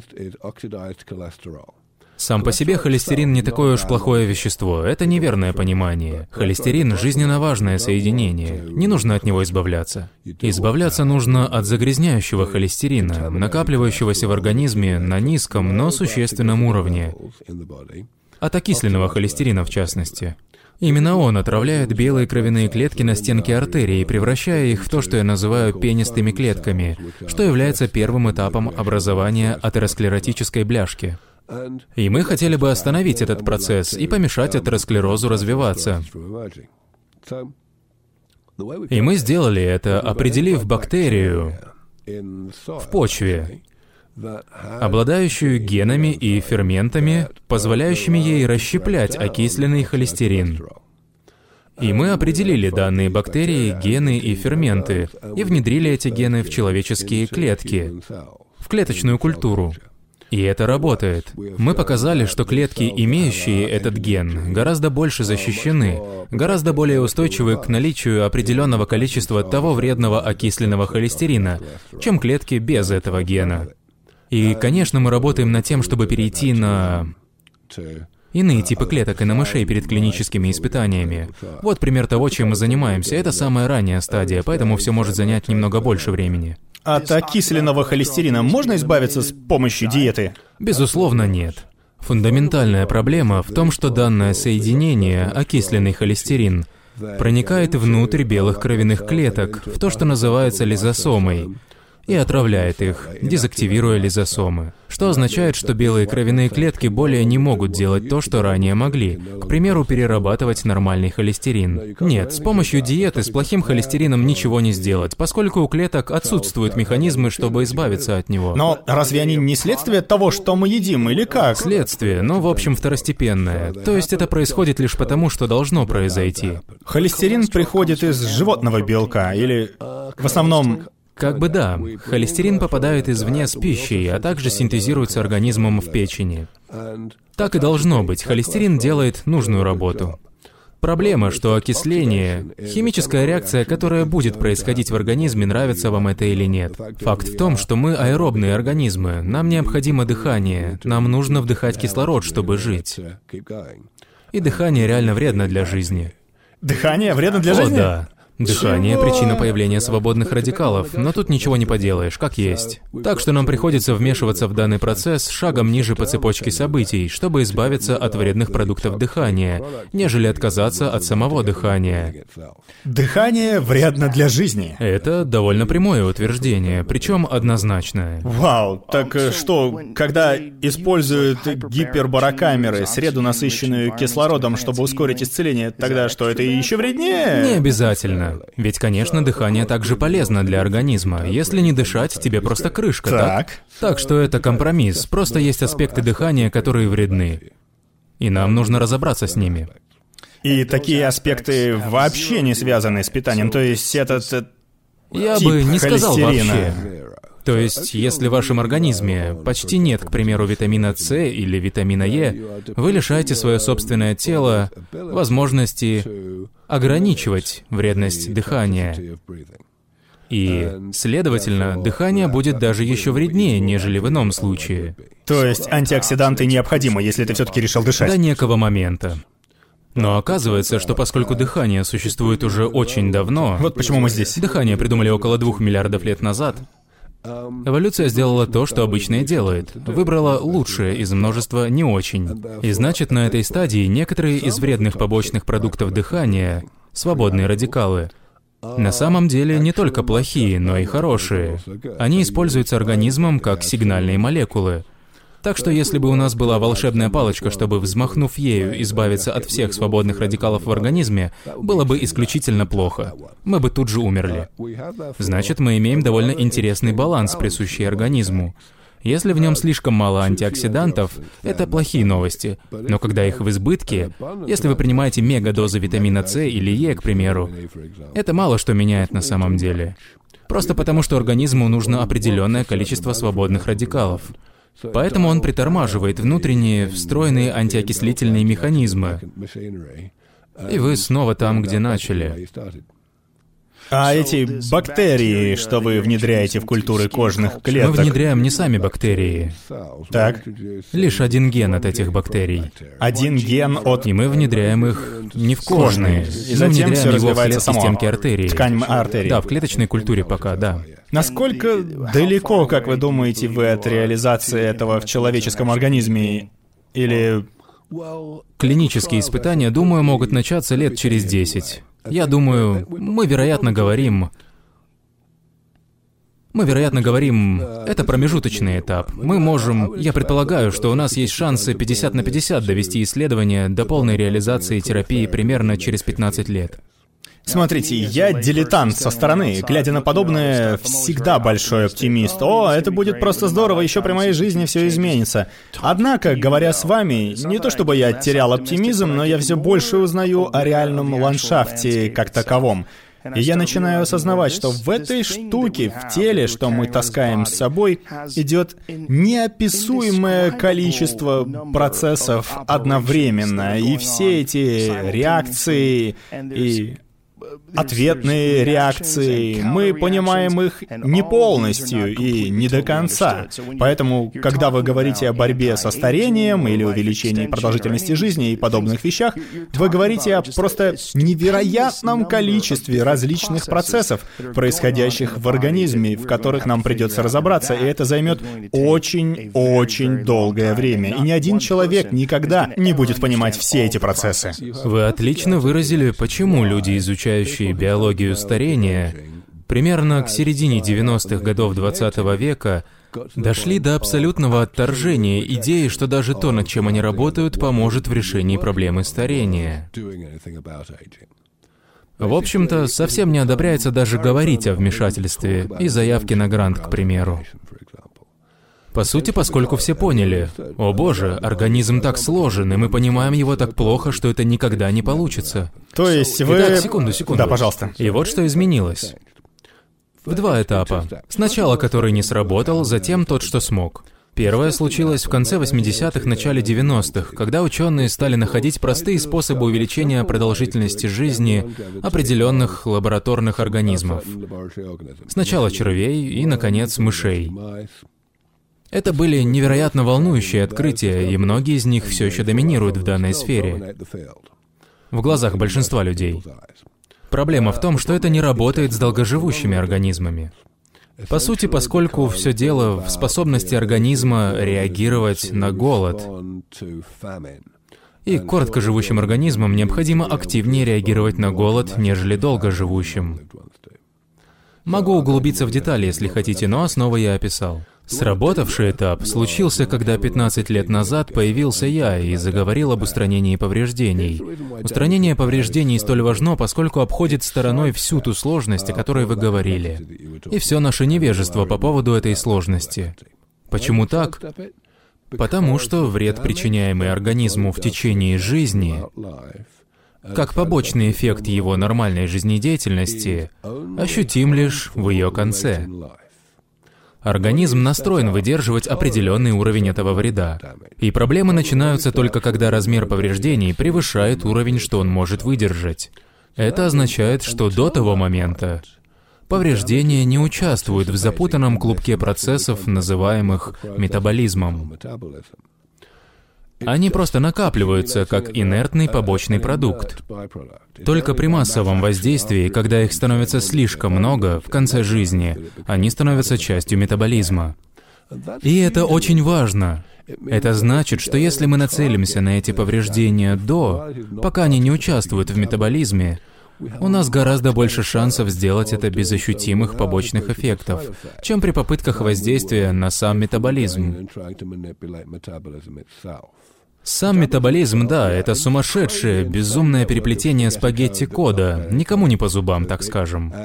Сам по себе холестерин не такое уж плохое вещество, это неверное понимание. Холестерин – жизненно важное соединение, не нужно от него избавляться. Избавляться нужно от загрязняющего холестерина, накапливающегося в организме на низком, но существенном уровне. От окисленного холестерина, в частности. Именно он отравляет белые кровяные клетки на стенке артерий, превращая их в то, что я называю пенистыми клетками, что является первым этапом образования атеросклеротической бляшки. И мы хотели бы остановить этот процесс и помешать атеросклерозу развиваться. И мы сделали это, определив бактерию в почве, обладающую генами и ферментами, позволяющими ей расщеплять окисленный холестерин. И мы определили данные бактерии, гены и ферменты, и внедрили эти гены в человеческие клетки, в клеточную культуру. И это работает. Мы показали, что клетки, имеющие этот ген, гораздо больше защищены, гораздо более устойчивы к наличию определенного количества того вредного окисленного холестерина, чем клетки без этого гена. И, конечно, мы работаем над тем, чтобы перейти на иные типы клеток и на мышей перед клиническими испытаниями. Вот пример того, чем мы занимаемся. Это самая ранняя стадия, поэтому все может занять немного больше времени. От окисленного холестерина можно избавиться с помощью диеты? Безусловно, нет. Фундаментальная проблема в том, что данное соединение, окисленный холестерин, проникает внутрь белых кровяных клеток, в то, что называется лизосомой, и отравляет их, дезактивируя лизосомы. Что означает, что белые кровяные клетки более не могут делать то, что ранее могли, к примеру, перерабатывать нормальный холестерин. Нет, с помощью диеты с плохим холестерином ничего не сделать, поскольку у клеток отсутствуют механизмы, чтобы избавиться от него. Но разве они не следствие того, что мы едим, или как? Следствие, но в общем второстепенное. То есть это происходит лишь потому, что должно произойти. Холестерин приходит из животного белка, или в основном... Как бы да, холестерин попадает извне с пищей, а также синтезируется организмом в печени. Так и должно быть, холестерин делает нужную работу. Проблема, что окисление — химическая реакция, которая будет происходить в организме, нравится вам это или нет. Факт в том, что мы аэробные организмы, нам необходимо дыхание, нам нужно вдыхать кислород, чтобы жить. И дыхание реально вредно для жизни. Дыхание вредно для жизни? О, да. Дыхание – причина появления свободных радикалов, но тут ничего не поделаешь, как есть. Так что нам приходится вмешиваться в данный процесс шагом ниже по цепочке событий, чтобы избавиться от вредных продуктов дыхания, нежели отказаться от самого дыхания. Дыхание вредно для жизни. Это довольно прямое утверждение, причем однозначное. Вау, так что, когда используют гипербарокамеры, среду, насыщенную кислородом, чтобы ускорить исцеление, тогда что, это еще вреднее? Не обязательно. Ведь, конечно, дыхание также полезно для организма. Если не дышать, тебе просто крышка, так? Так что это компромисс. Просто есть аспекты дыхания, которые вредны. И нам нужно разобраться с ними. И такие аспекты вообще не связаны с питанием, то есть этот Я тип бы не сказал холестерина. вообще. То есть, если в вашем организме почти нет, к примеру, витамина С или витамина Е, вы лишаете свое собственное тело возможности ограничивать вредность дыхания. И, следовательно, дыхание будет даже еще вреднее, нежели в ином случае. То есть антиоксиданты необходимы, если ты все-таки решил дышать? До некого момента. Но оказывается, что поскольку дыхание существует уже очень давно... Вот почему мы здесь. Дыхание придумали около 2 миллиардов лет назад. Эволюция сделала то, что обычно и делает. Выбрала лучшее из множества не очень. И значит, на этой стадии некоторые из вредных побочных продуктов дыхания, свободные радикалы, на самом деле не только плохие, но и хорошие. Они используются организмом как сигнальные молекулы. Так что если бы у нас была волшебная палочка, чтобы, взмахнув ею, избавиться от всех свободных радикалов в организме, было бы исключительно плохо. Мы бы тут же умерли. Значит, мы имеем довольно интересный баланс, присущий организму. Если в нем слишком мало антиоксидантов, это плохие новости. Но когда их в избытке, если вы принимаете мегадозы витамина С или Е, к примеру, это мало что меняет на самом деле. Просто потому, что организму нужно определенное количество свободных радикалов. Поэтому он притормаживает внутренние, встроенные антиокислительные механизмы. И вы снова там, где начали. А эти бактерии, что вы внедряете в культуры кожных клеток... Мы внедряем не сами бактерии. Так. Лишь один ген от этих бактерий. Один ген от... И мы внедряем их не в кожные. И затем все развивается само. Стенки артерий. Ткань артерий. Да, в клеточной культуре пока, да. Насколько далеко, как вы думаете, вы от реализации этого в человеческом организме? Или... Клинические испытания, думаю, могут начаться лет через 10. Я думаю, мы, вероятно, говорим, это промежуточный этап. Мы можем, я предполагаю, что у нас есть шансы 50 на 50 довести исследование до полной реализации терапии примерно через 15 лет. Смотрите, я дилетант со стороны. Глядя на подобное, всегда большой оптимист. О, это будет просто здорово, еще при моей жизни все изменится. Однако, говоря с вами, не то чтобы я терял оптимизм, но я все больше узнаю о реальном ландшафте как таковом. И я начинаю осознавать, что в этой штуке, в теле, что мы таскаем с собой, идет неописуемое количество процессов одновременно. И все эти реакции и... ответные реакции, мы понимаем их не полностью и не до конца. Поэтому, когда вы говорите о борьбе со старением или увеличении продолжительности жизни и подобных вещах, вы говорите о просто невероятном количестве различных процессов, происходящих в организме, в которых нам придется разобраться, и это займет очень-очень долгое время. И ни один человек никогда не будет понимать все эти процессы. Вы отлично выразили, почему люди, изучающие биологию старения, примерно к середине 90-х годов 20 века дошли до абсолютного отторжения идеи, что даже то, над чем они работают, поможет в решении проблемы старения. В общем-то, совсем не одобряется даже говорить о вмешательстве и заявке на грант, к примеру. По сути, поскольку все поняли, о боже, организм так сложен, и мы понимаем его так плохо, что это никогда не получится. То есть вы... Итак, секунду. Да, пожалуйста. И вот что изменилось. В 2 этапа. Сначала, который не сработал, затем тот, что смог. Первое случилось в конце 80-х, начале 90-х, когда ученые стали находить простые способы увеличения продолжительности жизни определенных лабораторных организмов. Сначала червей и, наконец, мышей. Это были невероятно волнующие открытия, и многие из них все еще доминируют в данной сфере, в глазах большинства людей. Проблема в том, что это не работает с долгоживущими организмами. По сути, поскольку все дело в способности организма реагировать на голод. И короткоживущим организмам необходимо активнее реагировать на голод, нежели долгоживущим. Могу углубиться в детали, если хотите, но основу я описал. Сработавший этап случился, когда 15 лет назад появился я и заговорил об устранении повреждений. Устранение повреждений столь важно, поскольку обходит стороной всю ту сложность, о которой вы говорили, и все наше невежество по поводу этой сложности. Почему так? Потому что вред, причиняемый организму в течение жизни, как побочный эффект его нормальной жизнедеятельности, ощутим лишь в ее конце. Организм настроен выдерживать определенный уровень этого вреда. И проблемы начинаются только когда размер повреждений превышает уровень, что он может выдержать. Это означает, что до того момента повреждения не участвуют в запутанном клубке процессов, называемых метаболизмом. Они просто накапливаются, как инертный побочный продукт. Только при массовом воздействии, когда их становится слишком много, в конце жизни, они становятся частью метаболизма. И это очень важно. Это значит, что если мы нацелимся на эти повреждения пока они не участвуют в метаболизме, у нас гораздо больше шансов сделать это без ощутимых побочных эффектов, чем при попытках воздействия на сам метаболизм. Сам метаболизм, да, это сумасшедшее, безумное переплетение спагетти-кода, никому не по зубам, так скажем.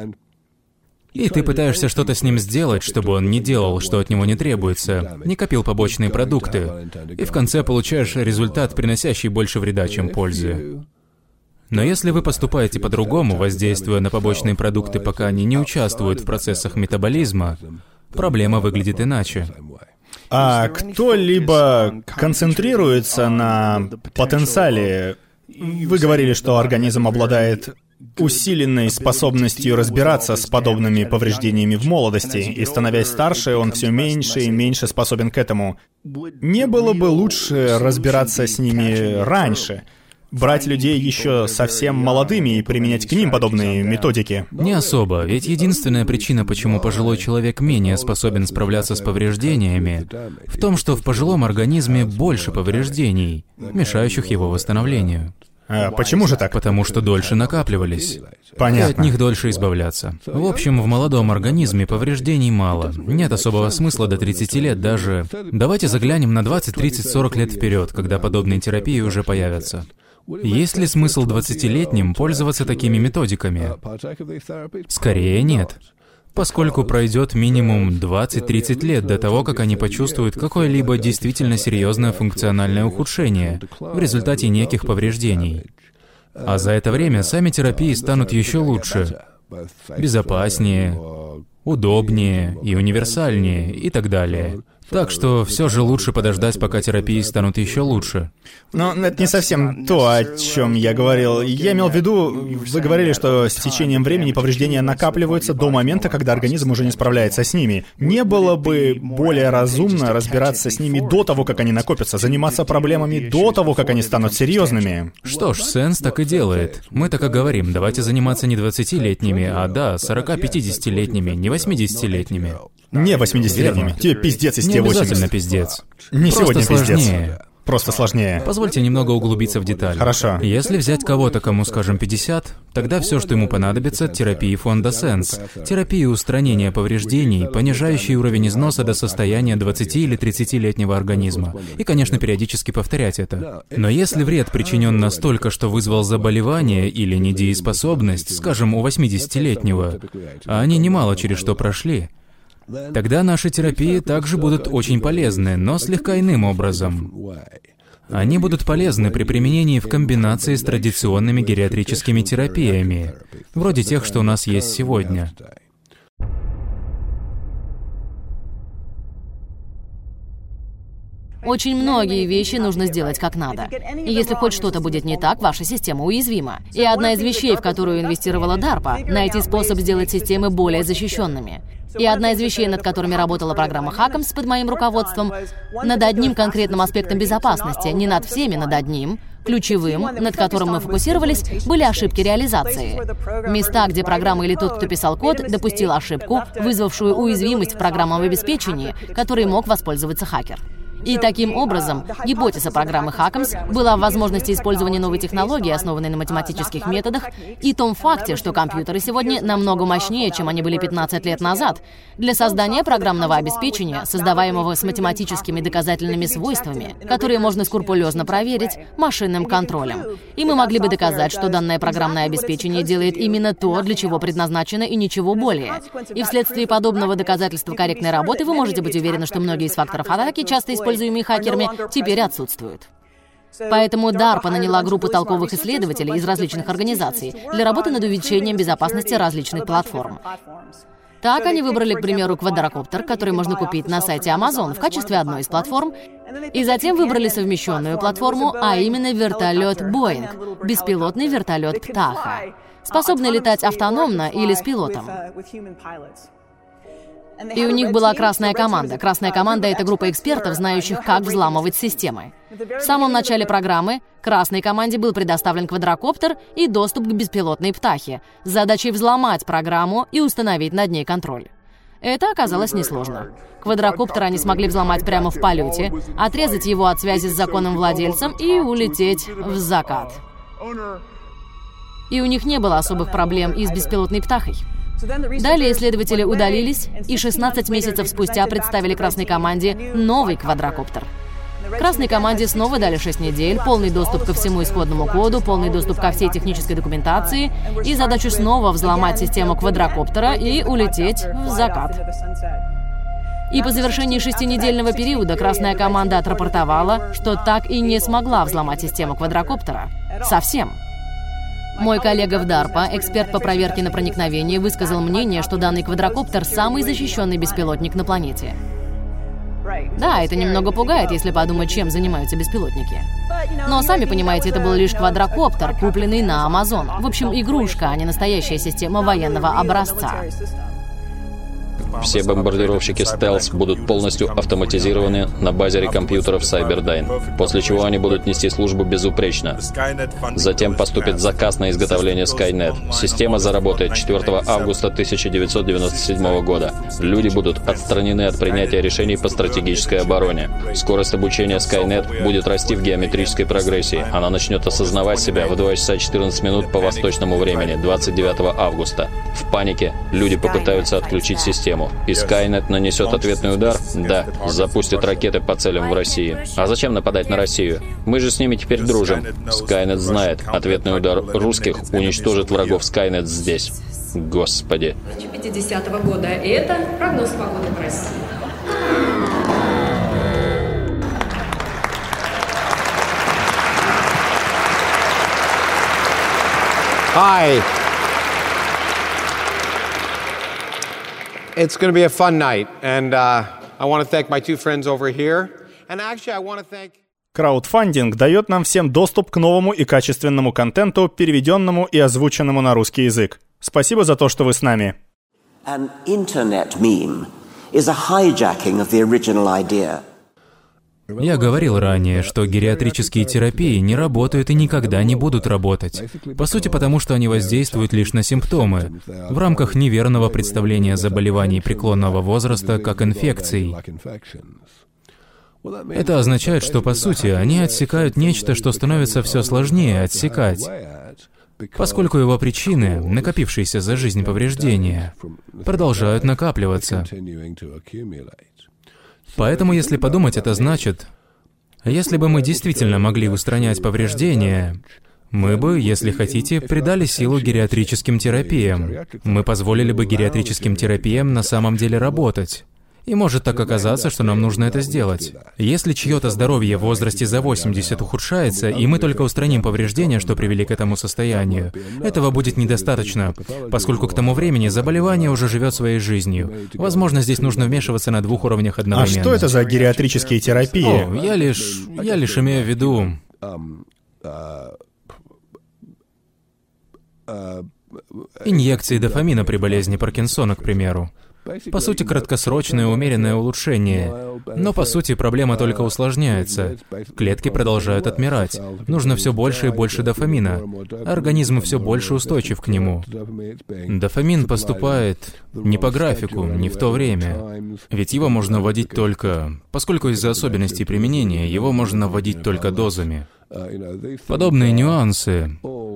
И ты пытаешься что-то с ним сделать, чтобы он не делал, что от него не требуется, не копил побочные продукты, и в конце получаешь результат, приносящий больше вреда, чем пользы. Но если вы поступаете по-другому, воздействуя на побочные продукты, пока они не участвуют в процессах метаболизма, проблема выглядит иначе. А кто-либо концентрируется на потенциале? Вы говорили, что организм обладает усиленной способностью разбираться с подобными повреждениями в молодости, и, становясь старше, он все меньше и меньше способен к этому. Не было бы лучше разбираться с ними раньше? Брать людей еще совсем молодыми и применять к ним подобные методики? Не особо, ведь единственная причина, почему пожилой человек менее способен справляться с повреждениями, в том, что в пожилом организме больше повреждений, мешающих его восстановлению. А почему же так? Потому что дольше накапливались. Понятно. И от них дольше избавляться. В общем, в молодом организме повреждений мало. Нет особого смысла до 30 лет даже. Давайте заглянем на 20, 30, 40 лет вперед, когда подобные терапии уже появятся. Есть ли смысл 20-летним пользоваться такими методиками? Скорее нет. Поскольку пройдет минимум 20-30 лет до того, как они почувствуют какое-либо действительно серьезное функциональное ухудшение в результате неких повреждений. А за это время сами терапии станут еще лучше, безопаснее, удобнее и универсальнее и так далее. Так что все же лучше подождать, пока терапии станут еще лучше. Но это не совсем то, о чем я говорил. Я имел в виду, вы говорили, что с течением времени повреждения накапливаются до момента, когда организм уже не справляется с ними. Не было бы более разумно разбираться с ними до того, как они накопятся, заниматься проблемами до того, как они станут серьезными? Что ж, Сенс так и делает. Мы так и говорим, давайте заниматься не 20-летними, а да, 40-50-летними, не 80-летними. Не 80-летними. Тебе пиздец из те 80. Не обязательно пиздец. Не сегодня Просто пиздец. сложнее. Просто сложнее. Позвольте немного углубиться в детали. Хорошо. Если взять кого-то, кому, скажем, 50, тогда все, что ему понадобится, терапии фонда Сенс. Терапии устранения повреждений, понижающие уровень износа до состояния 20 или 30-летнего организма. И, конечно, периодически повторять это. Но если вред причинен настолько, что вызвал заболевание или недееспособность, скажем, у 80-летнего, а они немало через что прошли, тогда наши терапии также будут очень полезны, но слегка иным образом. Они будут полезны при применении в комбинации с традиционными гериатрическими терапиями, вроде тех, что у нас есть сегодня. Очень многие вещи нужно сделать как надо. И если хоть что-то будет не так, ваша система уязвима. И одна из вещей, в которую инвестировала DARPA, найти способ сделать системы более защищенными. И одна из вещей, над которыми работала программа HACMS под моим руководством, над одним конкретным аспектом безопасности, не над всеми, над одним, Ключевым, над которым мы фокусировались, были ошибки реализации. Места, где программа или тот, кто писал код, допустил ошибку, вызвавшую уязвимость в программном обеспечении, которой мог воспользоваться хакер. И таким образом, гипотеза программы Hackams была в возможности использования новой технологии, основанной на математических методах, и том факте, что компьютеры сегодня намного мощнее, чем они были 15 лет назад, для создания программного обеспечения, создаваемого с математическими доказательными свойствами, которые можно скрупулезно проверить машинным контролем. И мы могли бы доказать, что данное программное обеспечение делает именно то, для чего предназначено, и ничего более. И вследствие подобного доказательства корректной работы вы можете быть уверены, что многие из факторов атаки, часто используемые хакерами, теперь отсутствуют. Поэтому DARPA наняла группу толковых исследователей из различных организаций для работы над увеличением безопасности различных платформ. Так они выбрали, к примеру, квадрокоптер, который можно купить на сайте Amazon в качестве одной из платформ, и затем выбрали совмещенную платформу, а именно вертолет Boeing, беспилотный вертолет Птаха, способный летать автономно или с пилотом. И у них была красная команда. Красная команда — это группа экспертов, знающих, как взламывать системы. В самом начале программы красной команде был предоставлен квадрокоптер и доступ к беспилотной птахе с задачей взломать программу и установить над ней контроль. Это оказалось несложно. Квадрокоптер они смогли взломать прямо в полете, отрезать его от связи с законным владельцем и улететь в закат. И у них не было особых проблем и с беспилотной птахой. Далее исследователи удалились, и 16 месяцев спустя представили красной команде новый квадрокоптер. Красной команде снова дали 6 недель, полный доступ ко всему исходному коду, полный доступ ко всей технической документации и задачу снова взломать систему квадрокоптера и улететь в закат. И по завершении 6-недельного периода красная команда отрапортовала, что так и не смогла взломать систему квадрокоптера. Совсем. Мой коллега в DARPA, эксперт по проверке на проникновение, высказал мнение, что данный квадрокоптер — самый защищенный беспилотник на планете. Да, это немного пугает, если подумать, чем занимаются беспилотники. Но, сами понимаете, это был лишь квадрокоптер, купленный на Amazon. В общем, игрушка, а не настоящая система военного образца. Все бомбардировщики стелс будут полностью автоматизированы на базе компьютеров Cyberdyne, после чего они будут нести службу безупречно. Затем поступит заказ на изготовление Skynet. Система заработает 4 августа 1997 года. Люди будут отстранены от принятия решений по стратегической обороне. Скорость обучения Skynet будет расти в геометрической прогрессии. Она начнет осознавать себя в 2 часа 14 минут по восточному времени, 29 августа. В панике люди попытаются отключить систему. И Skynet нанесет ответный удар? Да, запустит ракеты по целям в России. А зачем нападать на Россию? Мы же с ними теперь дружим. Skynet знает, ответный удар русских уничтожит врагов Skynet здесь. Господи. 2050 года, и это прогноз погоды в России. Hi. It's going to be a fun night, and I want to thank my two friends over here. And actually, I want to thank... Краудфандинг дает нам всем доступ к новому и качественному контенту, переведенному и озвученному на русский язык. Спасибо за то, что вы с нами. An internet meme is a hijacking of the original idea. Я говорил ранее, что гериатрические терапии не работают и никогда не будут работать. По сути, потому что они воздействуют лишь на симптомы, в рамках неверного представления заболеваний преклонного возраста как инфекций. Это означает, что, по сути, они отсекают нечто, что становится все сложнее отсекать, поскольку его причины, накопившиеся за жизнь повреждения, продолжают накапливаться. Поэтому, если подумать, это значит, если бы мы действительно могли устранять повреждения, мы бы, если хотите, придали силу гериатрическим терапиям. Мы позволили бы гериатрическим терапиям на самом деле работать. И может так оказаться, что нам нужно это сделать. Если чье-то здоровье в возрасте за 80 ухудшается, и мы только устраним повреждения, что привели к этому состоянию, этого будет недостаточно, поскольку к тому времени заболевание уже живет своей жизнью. Возможно, здесь нужно вмешиваться на 2 уровнях одновременно. А что это за гериатрические терапии? Я лишь имею в виду... Инъекции дофамина при болезни Паркинсона, к примеру. По сути, краткосрочное умеренное улучшение. Но по сути проблема только усложняется. Клетки продолжают отмирать. Нужно все больше и больше дофамина. Организм все больше устойчив к нему. Дофамин поступает не по графику, не в то время. Ведь его можно вводить только... Поскольку из-за особенностей применения, его можно вводить только дозами. Подобные нюансы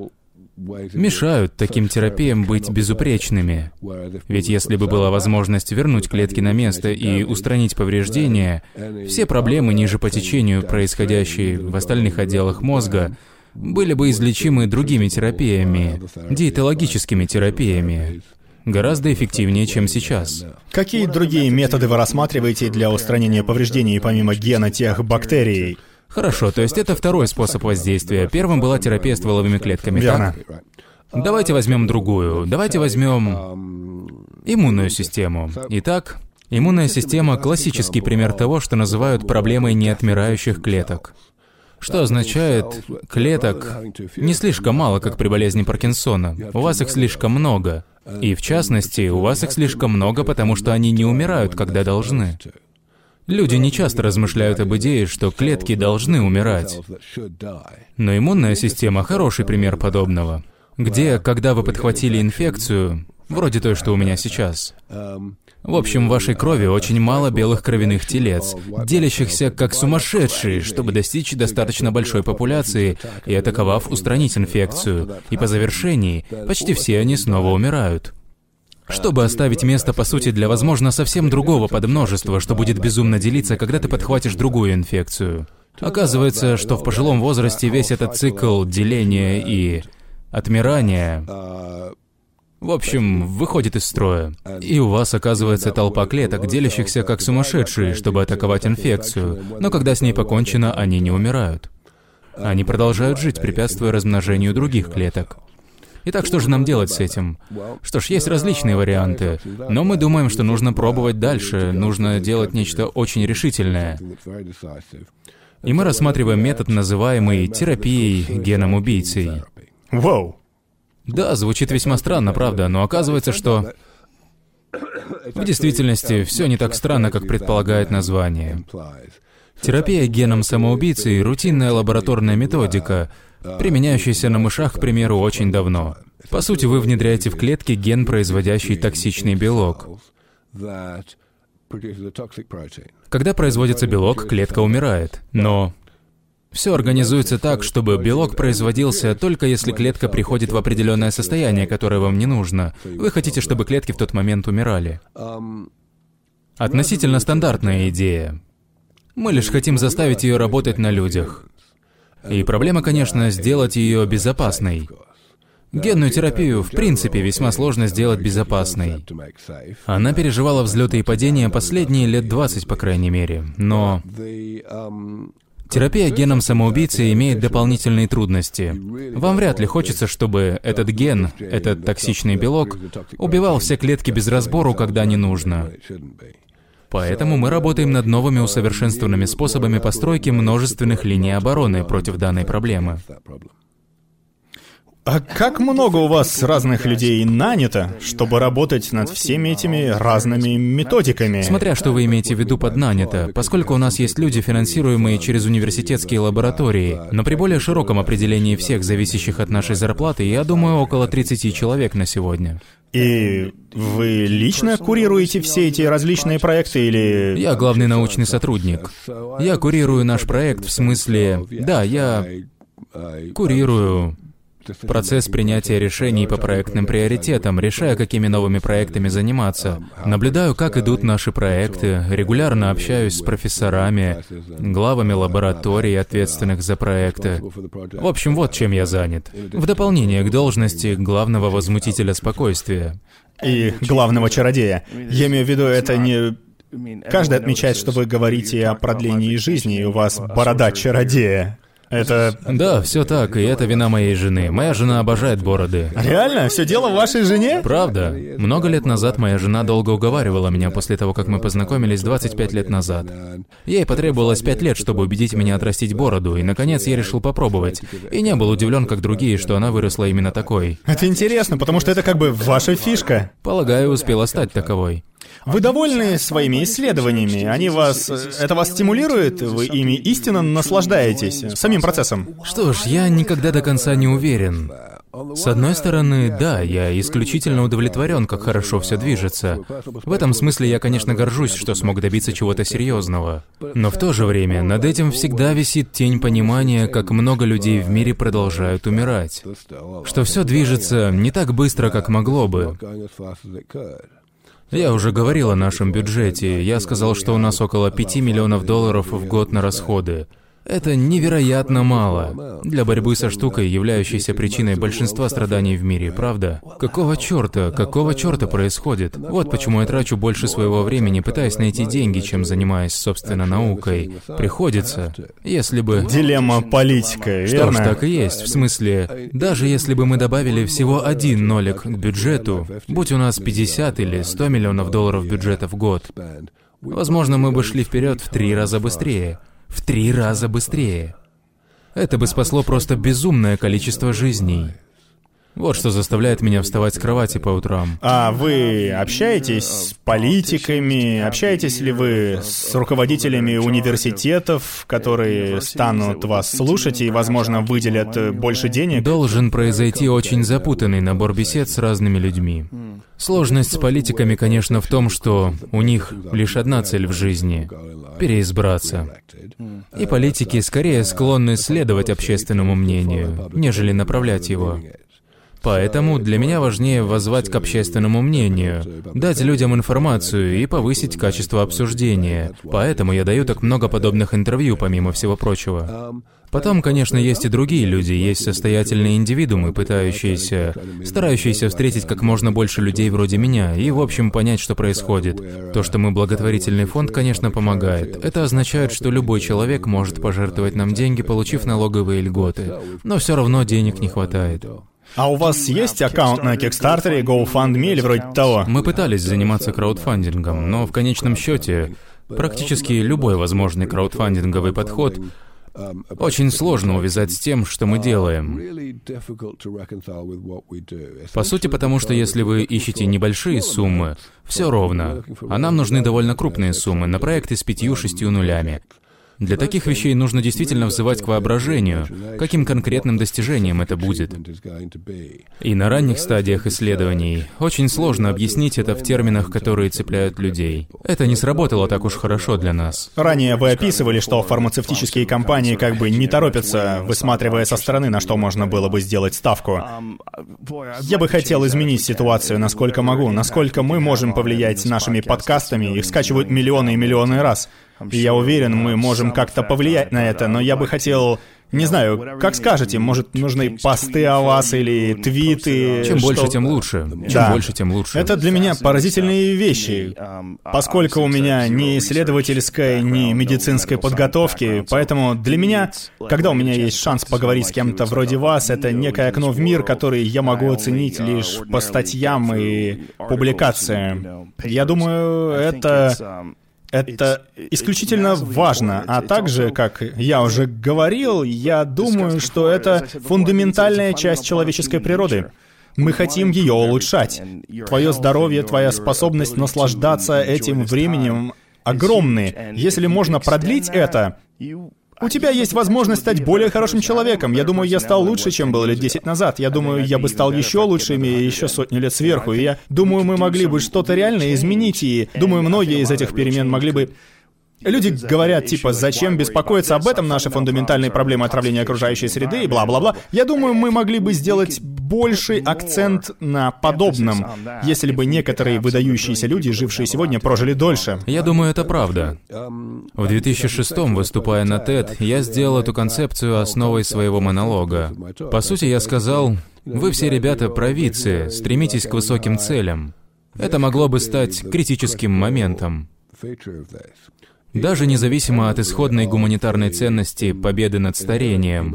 мешают таким терапиям быть безупречными. Ведь если бы была возможность вернуть клетки на место и устранить повреждения, все проблемы ниже по течению, происходящие в остальных отделах мозга, были бы излечимы другими терапиями, диетологическими терапиями, гораздо эффективнее, чем сейчас. Какие другие методы вы рассматриваете для устранения повреждений помимо гена тех бактерий? Хорошо, то есть это второй способ воздействия. Первым была терапия стволовыми клетками. Верно. Так? Давайте возьмем другую. Давайте возьмем иммунную систему. Итак, иммунная система — классический пример того, что называют проблемой неотмирающих клеток. Что означает, клеток не слишком мало, как при болезни Паркинсона. У вас их слишком много. И в частности, у вас их слишком много, потому что они не умирают, когда должны. Люди не часто размышляют об идее, что клетки должны умирать. Но иммунная система — хороший пример подобного. Где, когда вы подхватили инфекцию, вроде той, что у меня сейчас, в общем, в вашей крови очень мало белых кровяных телец, делящихся как сумасшедшие, чтобы достичь достаточно большой популяции и, атаковав, устранить инфекцию. И по завершении почти все они снова умирают. Чтобы оставить место, по сути, для, возможно, совсем другого подмножества, что будет безумно делиться, когда ты подхватишь другую инфекцию. Оказывается, что в пожилом возрасте весь этот цикл деления и отмирания, в общем, выходит из строя. И у вас оказывается толпа клеток, делящихся как сумасшедшие, чтобы атаковать инфекцию, но когда с ней покончено, они не умирают. Они продолжают жить, препятствуя размножению других клеток. Итак, что же нам делать с этим? Что ж, есть различные варианты, но мы думаем, что нужно пробовать дальше, нужно делать нечто очень решительное. И мы рассматриваем метод, называемый терапией геном-убийцей. Вау! Да, звучит весьма странно, правда, но оказывается, что в действительности все не так странно, как предполагает название. Терапия геном-самоубийцей — рутинная лабораторная методика, применяющаяся на мышах, к примеру, очень давно. По сути, вы внедряете в клетки ген, производящий токсичный белок. Когда производится белок, клетка умирает. Но все организуется так, чтобы белок производился только если клетка приходит в определенное состояние, которое вам не нужно. Вы хотите, чтобы клетки в тот момент умирали. Относительно стандартная идея. Мы лишь хотим заставить ее работать на людях. И проблема, конечно, сделать ее безопасной. Генную терапию, в принципе, весьма сложно сделать безопасной. Она переживала взлеты и падения последние лет 20, по крайней мере. Но терапия геном самоубийцы имеет дополнительные трудности. Вам вряд ли хочется, чтобы этот ген, этот токсичный белок, убивал все клетки без разбору, когда не нужно. Поэтому мы работаем над новыми усовершенствованными способами постройки множественных линий обороны против данной проблемы. А как много у вас разных людей нанято, чтобы работать над всеми этими разными методиками? Смотря что вы имеете в виду под «нанято», поскольку у нас есть люди, финансируемые через университетские лаборатории, но при более широком определении всех зависящих от нашей зарплаты, я думаю, около 30 человек на сегодня. И вы лично курируете все эти различные проекты или... Я главный научный сотрудник. Я курирую наш проект в смысле... Да, я курирую процесс принятия решений по проектным приоритетам, решая, какими новыми проектами заниматься. Наблюдаю, как идут наши проекты, регулярно общаюсь с профессорами, главами лабораторий, ответственных за проекты. В общем, вот чем я занят. В дополнение к должности главного возмутителя спокойствия. И главного чародея. Я имею в виду, это не... Каждый отмечает, что вы говорите о продлении жизни, и у вас борода чародея. Это... Да, все так, и это вина моей жены. Моя жена обожает бороды. Реально? Все дело в вашей жене? Правда. Много лет назад моя жена долго уговаривала меня после того, как мы познакомились 25 лет назад. Ей потребовалось 5 лет, чтобы убедить меня отрастить бороду, и, наконец, я решил попробовать. И не был удивлен, как другие, что она выросла именно такой. Это интересно, потому что это как бы ваша фишка. Полагаю, успела стать таковой. Вы довольны своими исследованиями? Это вас стимулирует? Вы ими истинно наслаждаетесь самим процессом? Что ж, я никогда до конца не уверен. С одной стороны, да, я исключительно удовлетворен, как хорошо все движется. В этом смысле я, конечно, горжусь, что смог добиться чего-то серьезного. Но в то же время над этим всегда висит тень понимания, как много людей в мире продолжают умирать. Что все движется не так быстро, как могло бы. Я уже говорил о нашем бюджете. Я сказал, что у нас около $5 миллионов в год на расходы. Это невероятно мало для борьбы со штукой, являющейся причиной большинства страданий в мире, правда? Какого черта происходит? Вот почему я трачу больше своего времени, пытаясь найти деньги, чем занимаясь, собственно, наукой. Приходится, если бы... Дилемма политика, верно? Что ж, так и есть. В смысле, даже если бы мы добавили всего 1 нолик к бюджету, будь у нас 50 или 100 миллионов долларов бюджета в год, возможно, мы бы шли вперед в 3 раза быстрее. В 3 раза быстрее. Это бы спасло просто безумное количество жизней. Вот что заставляет меня вставать с кровати по утрам. А вы общаетесь с политиками? Общаетесь ли вы с руководителями университетов, которые станут вас слушать и, возможно, выделят больше денег? Должен произойти очень запутанный набор бесед с разными людьми. Сложность с политиками, конечно, в том, что у них лишь одна цель в жизни — переизбраться. И политики скорее склонны следовать общественному мнению, нежели направлять его. Поэтому для меня важнее воззвать к общественному мнению, дать людям информацию и повысить качество обсуждения. Поэтому я даю так много подобных интервью, помимо всего прочего. Потом, конечно, есть и другие люди, есть состоятельные индивидуумы, старающиеся встретить как можно больше людей вроде меня и, в общем, понять, что происходит. То, что мы благотворительный фонд, конечно, помогает. Это означает, что любой человек может пожертвовать нам деньги, получив налоговые льготы. Но все равно денег не хватает. А у вас есть аккаунт на Kickstarter, GoFundMe или вроде того? Мы пытались заниматься краудфандингом, но в конечном счете практически любой возможный краудфандинговый подход очень сложно увязать с тем, что мы делаем. По сути, потому что если вы ищете небольшие суммы, все ровно, а нам нужны довольно крупные суммы на проекты с 5-6 нулями. Для таких вещей нужно действительно взывать к воображению, каким конкретным достижением это будет. И на ранних стадиях исследований очень сложно объяснить это в терминах, которые цепляют людей. Это не сработало так уж хорошо для нас. Ранее вы описывали, что фармацевтические компании как бы не торопятся, высматривая со стороны, на что можно было бы сделать ставку. Я бы хотел изменить ситуацию, насколько могу, насколько мы можем повлиять нашими подкастами. Их скачивают миллионы и миллионы раз. И я уверен, мы можем как-то повлиять на это, но я бы хотел... Не знаю, как скажете, может, нужны посты о вас или твиты? Чем больше, тем лучше. Чем больше, тем лучше. Это для меня поразительные вещи, поскольку у меня ни исследовательской, ни медицинской подготовки, поэтому для меня, когда у меня есть шанс поговорить с кем-то вроде вас, это некое окно в мир, которое я могу оценить лишь по статьям и публикациям. Я думаю, это исключительно важно, а также, как я уже говорил, я думаю, что это фундаментальная часть человеческой природы. Мы хотим ее улучшать. Твое здоровье, твоя способность наслаждаться этим временем огромны. Если можно продлить это, у тебя есть возможность стать более хорошим человеком. Я думаю, я стал лучше, чем был лет 10 назад. Я думаю, я бы стал еще лучше, имея еще сотни лет сверху. И я думаю, мы могли бы что-то реально изменить. И думаю, многие из этих перемен могли бы... Люди говорят, типа, зачем беспокоиться об этом, наши фундаментальные проблемы отравления окружающей среды и бла-бла-бла. Я думаю, мы могли бы сделать больший акцент на подобном, если бы некоторые выдающиеся люди, жившие сегодня, прожили дольше. Я думаю, это правда. В 2006-м, выступая на TED, я сделал эту концепцию основой своего монолога. По сути, я сказал, вы все ребята провидцы, стремитесь к высоким целям. Это могло бы стать критическим моментом. Даже независимо от исходной гуманитарной ценности победы над старением.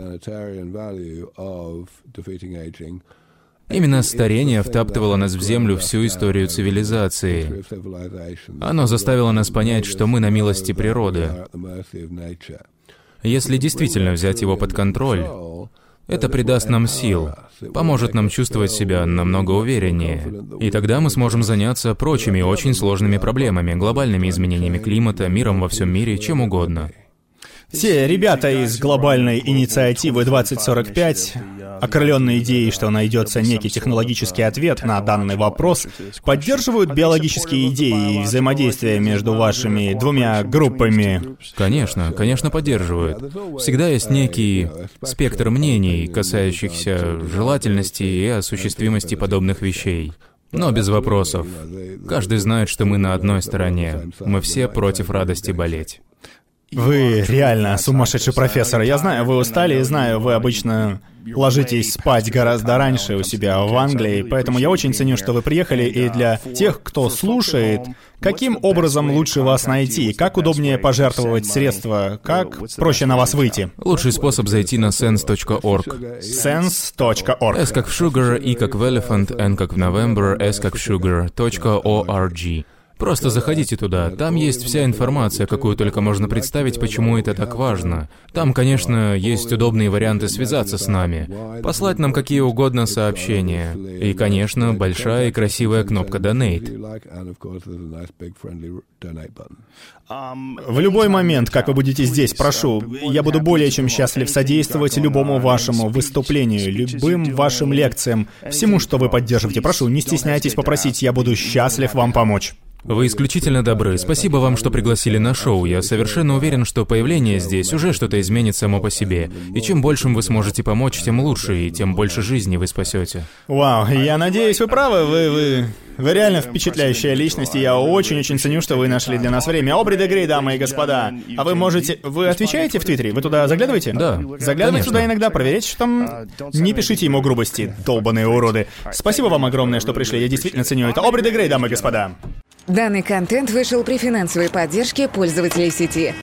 Именно старение втаптывало нас в землю всю историю цивилизации. Оно заставило нас понять, что мы на милости природы. Если действительно взять его под контроль, Это придаст нам сил, поможет нам чувствовать себя намного увереннее. И тогда мы сможем заняться прочими очень сложными проблемами, глобальными изменениями климата, миром во всем мире, чем угодно. Все ребята из глобальной инициативы 2045, окрыленные идеей, что найдется некий технологический ответ на данный вопрос, поддерживают биологические идеи и взаимодействие между вашими двумя группами. Конечно, конечно, поддерживают. Всегда есть некий спектр мнений, касающихся желательности и осуществимости подобных вещей. Но без вопросов. Каждый знает, что мы на одной стороне. Мы все против радости болеть. Вы реально сумасшедший профессор. Я знаю, вы устали, и знаю, вы обычно ложитесь спать гораздо раньше у себя в Англии, поэтому я очень ценю, что вы приехали, и для тех, кто слушает, каким образом лучше вас найти, как удобнее пожертвовать средства, как проще на вас выйти? Лучший способ зайти на sense.org. sense.org. S как в sugar, I как в elephant, N как в November, S как в sugar.org. Просто заходите туда, там есть вся информация, какую только можно представить, почему это так важно. Там, конечно, есть удобные варианты связаться с нами, послать нам какие угодно сообщения. И, конечно, большая и красивая кнопка «Donate». В любой момент, как вы будете здесь, прошу, я буду более чем счастлив содействовать любому вашему выступлению, любым вашим лекциям, всему, что вы поддерживаете. Прошу, не стесняйтесь попросить, я буду счастлив вам помочь. Вы исключительно добры. Спасибо вам, что пригласили на шоу. Я совершенно уверен, что появление здесь уже что-то изменит само по себе. И чем большим вы сможете помочь, тем лучше, и тем больше жизни вы спасете. Вау, я надеюсь, вы правы. Вы реально впечатляющая личность, и я очень-очень ценю, что вы нашли для нас время. Обри де Грей, дамы и господа. А вы можете... Вы отвечаете в Твиттере? Вы туда заглядываете? Да. Заглядывайте туда иногда, проверяйте, что там... Не пишите ему грубости, долбаные уроды. Спасибо вам огромное, что пришли. Я действительно ценю это. Обри де Грей, дамы и господа. Данный контент вышел при финансовой поддержке пользователей сети.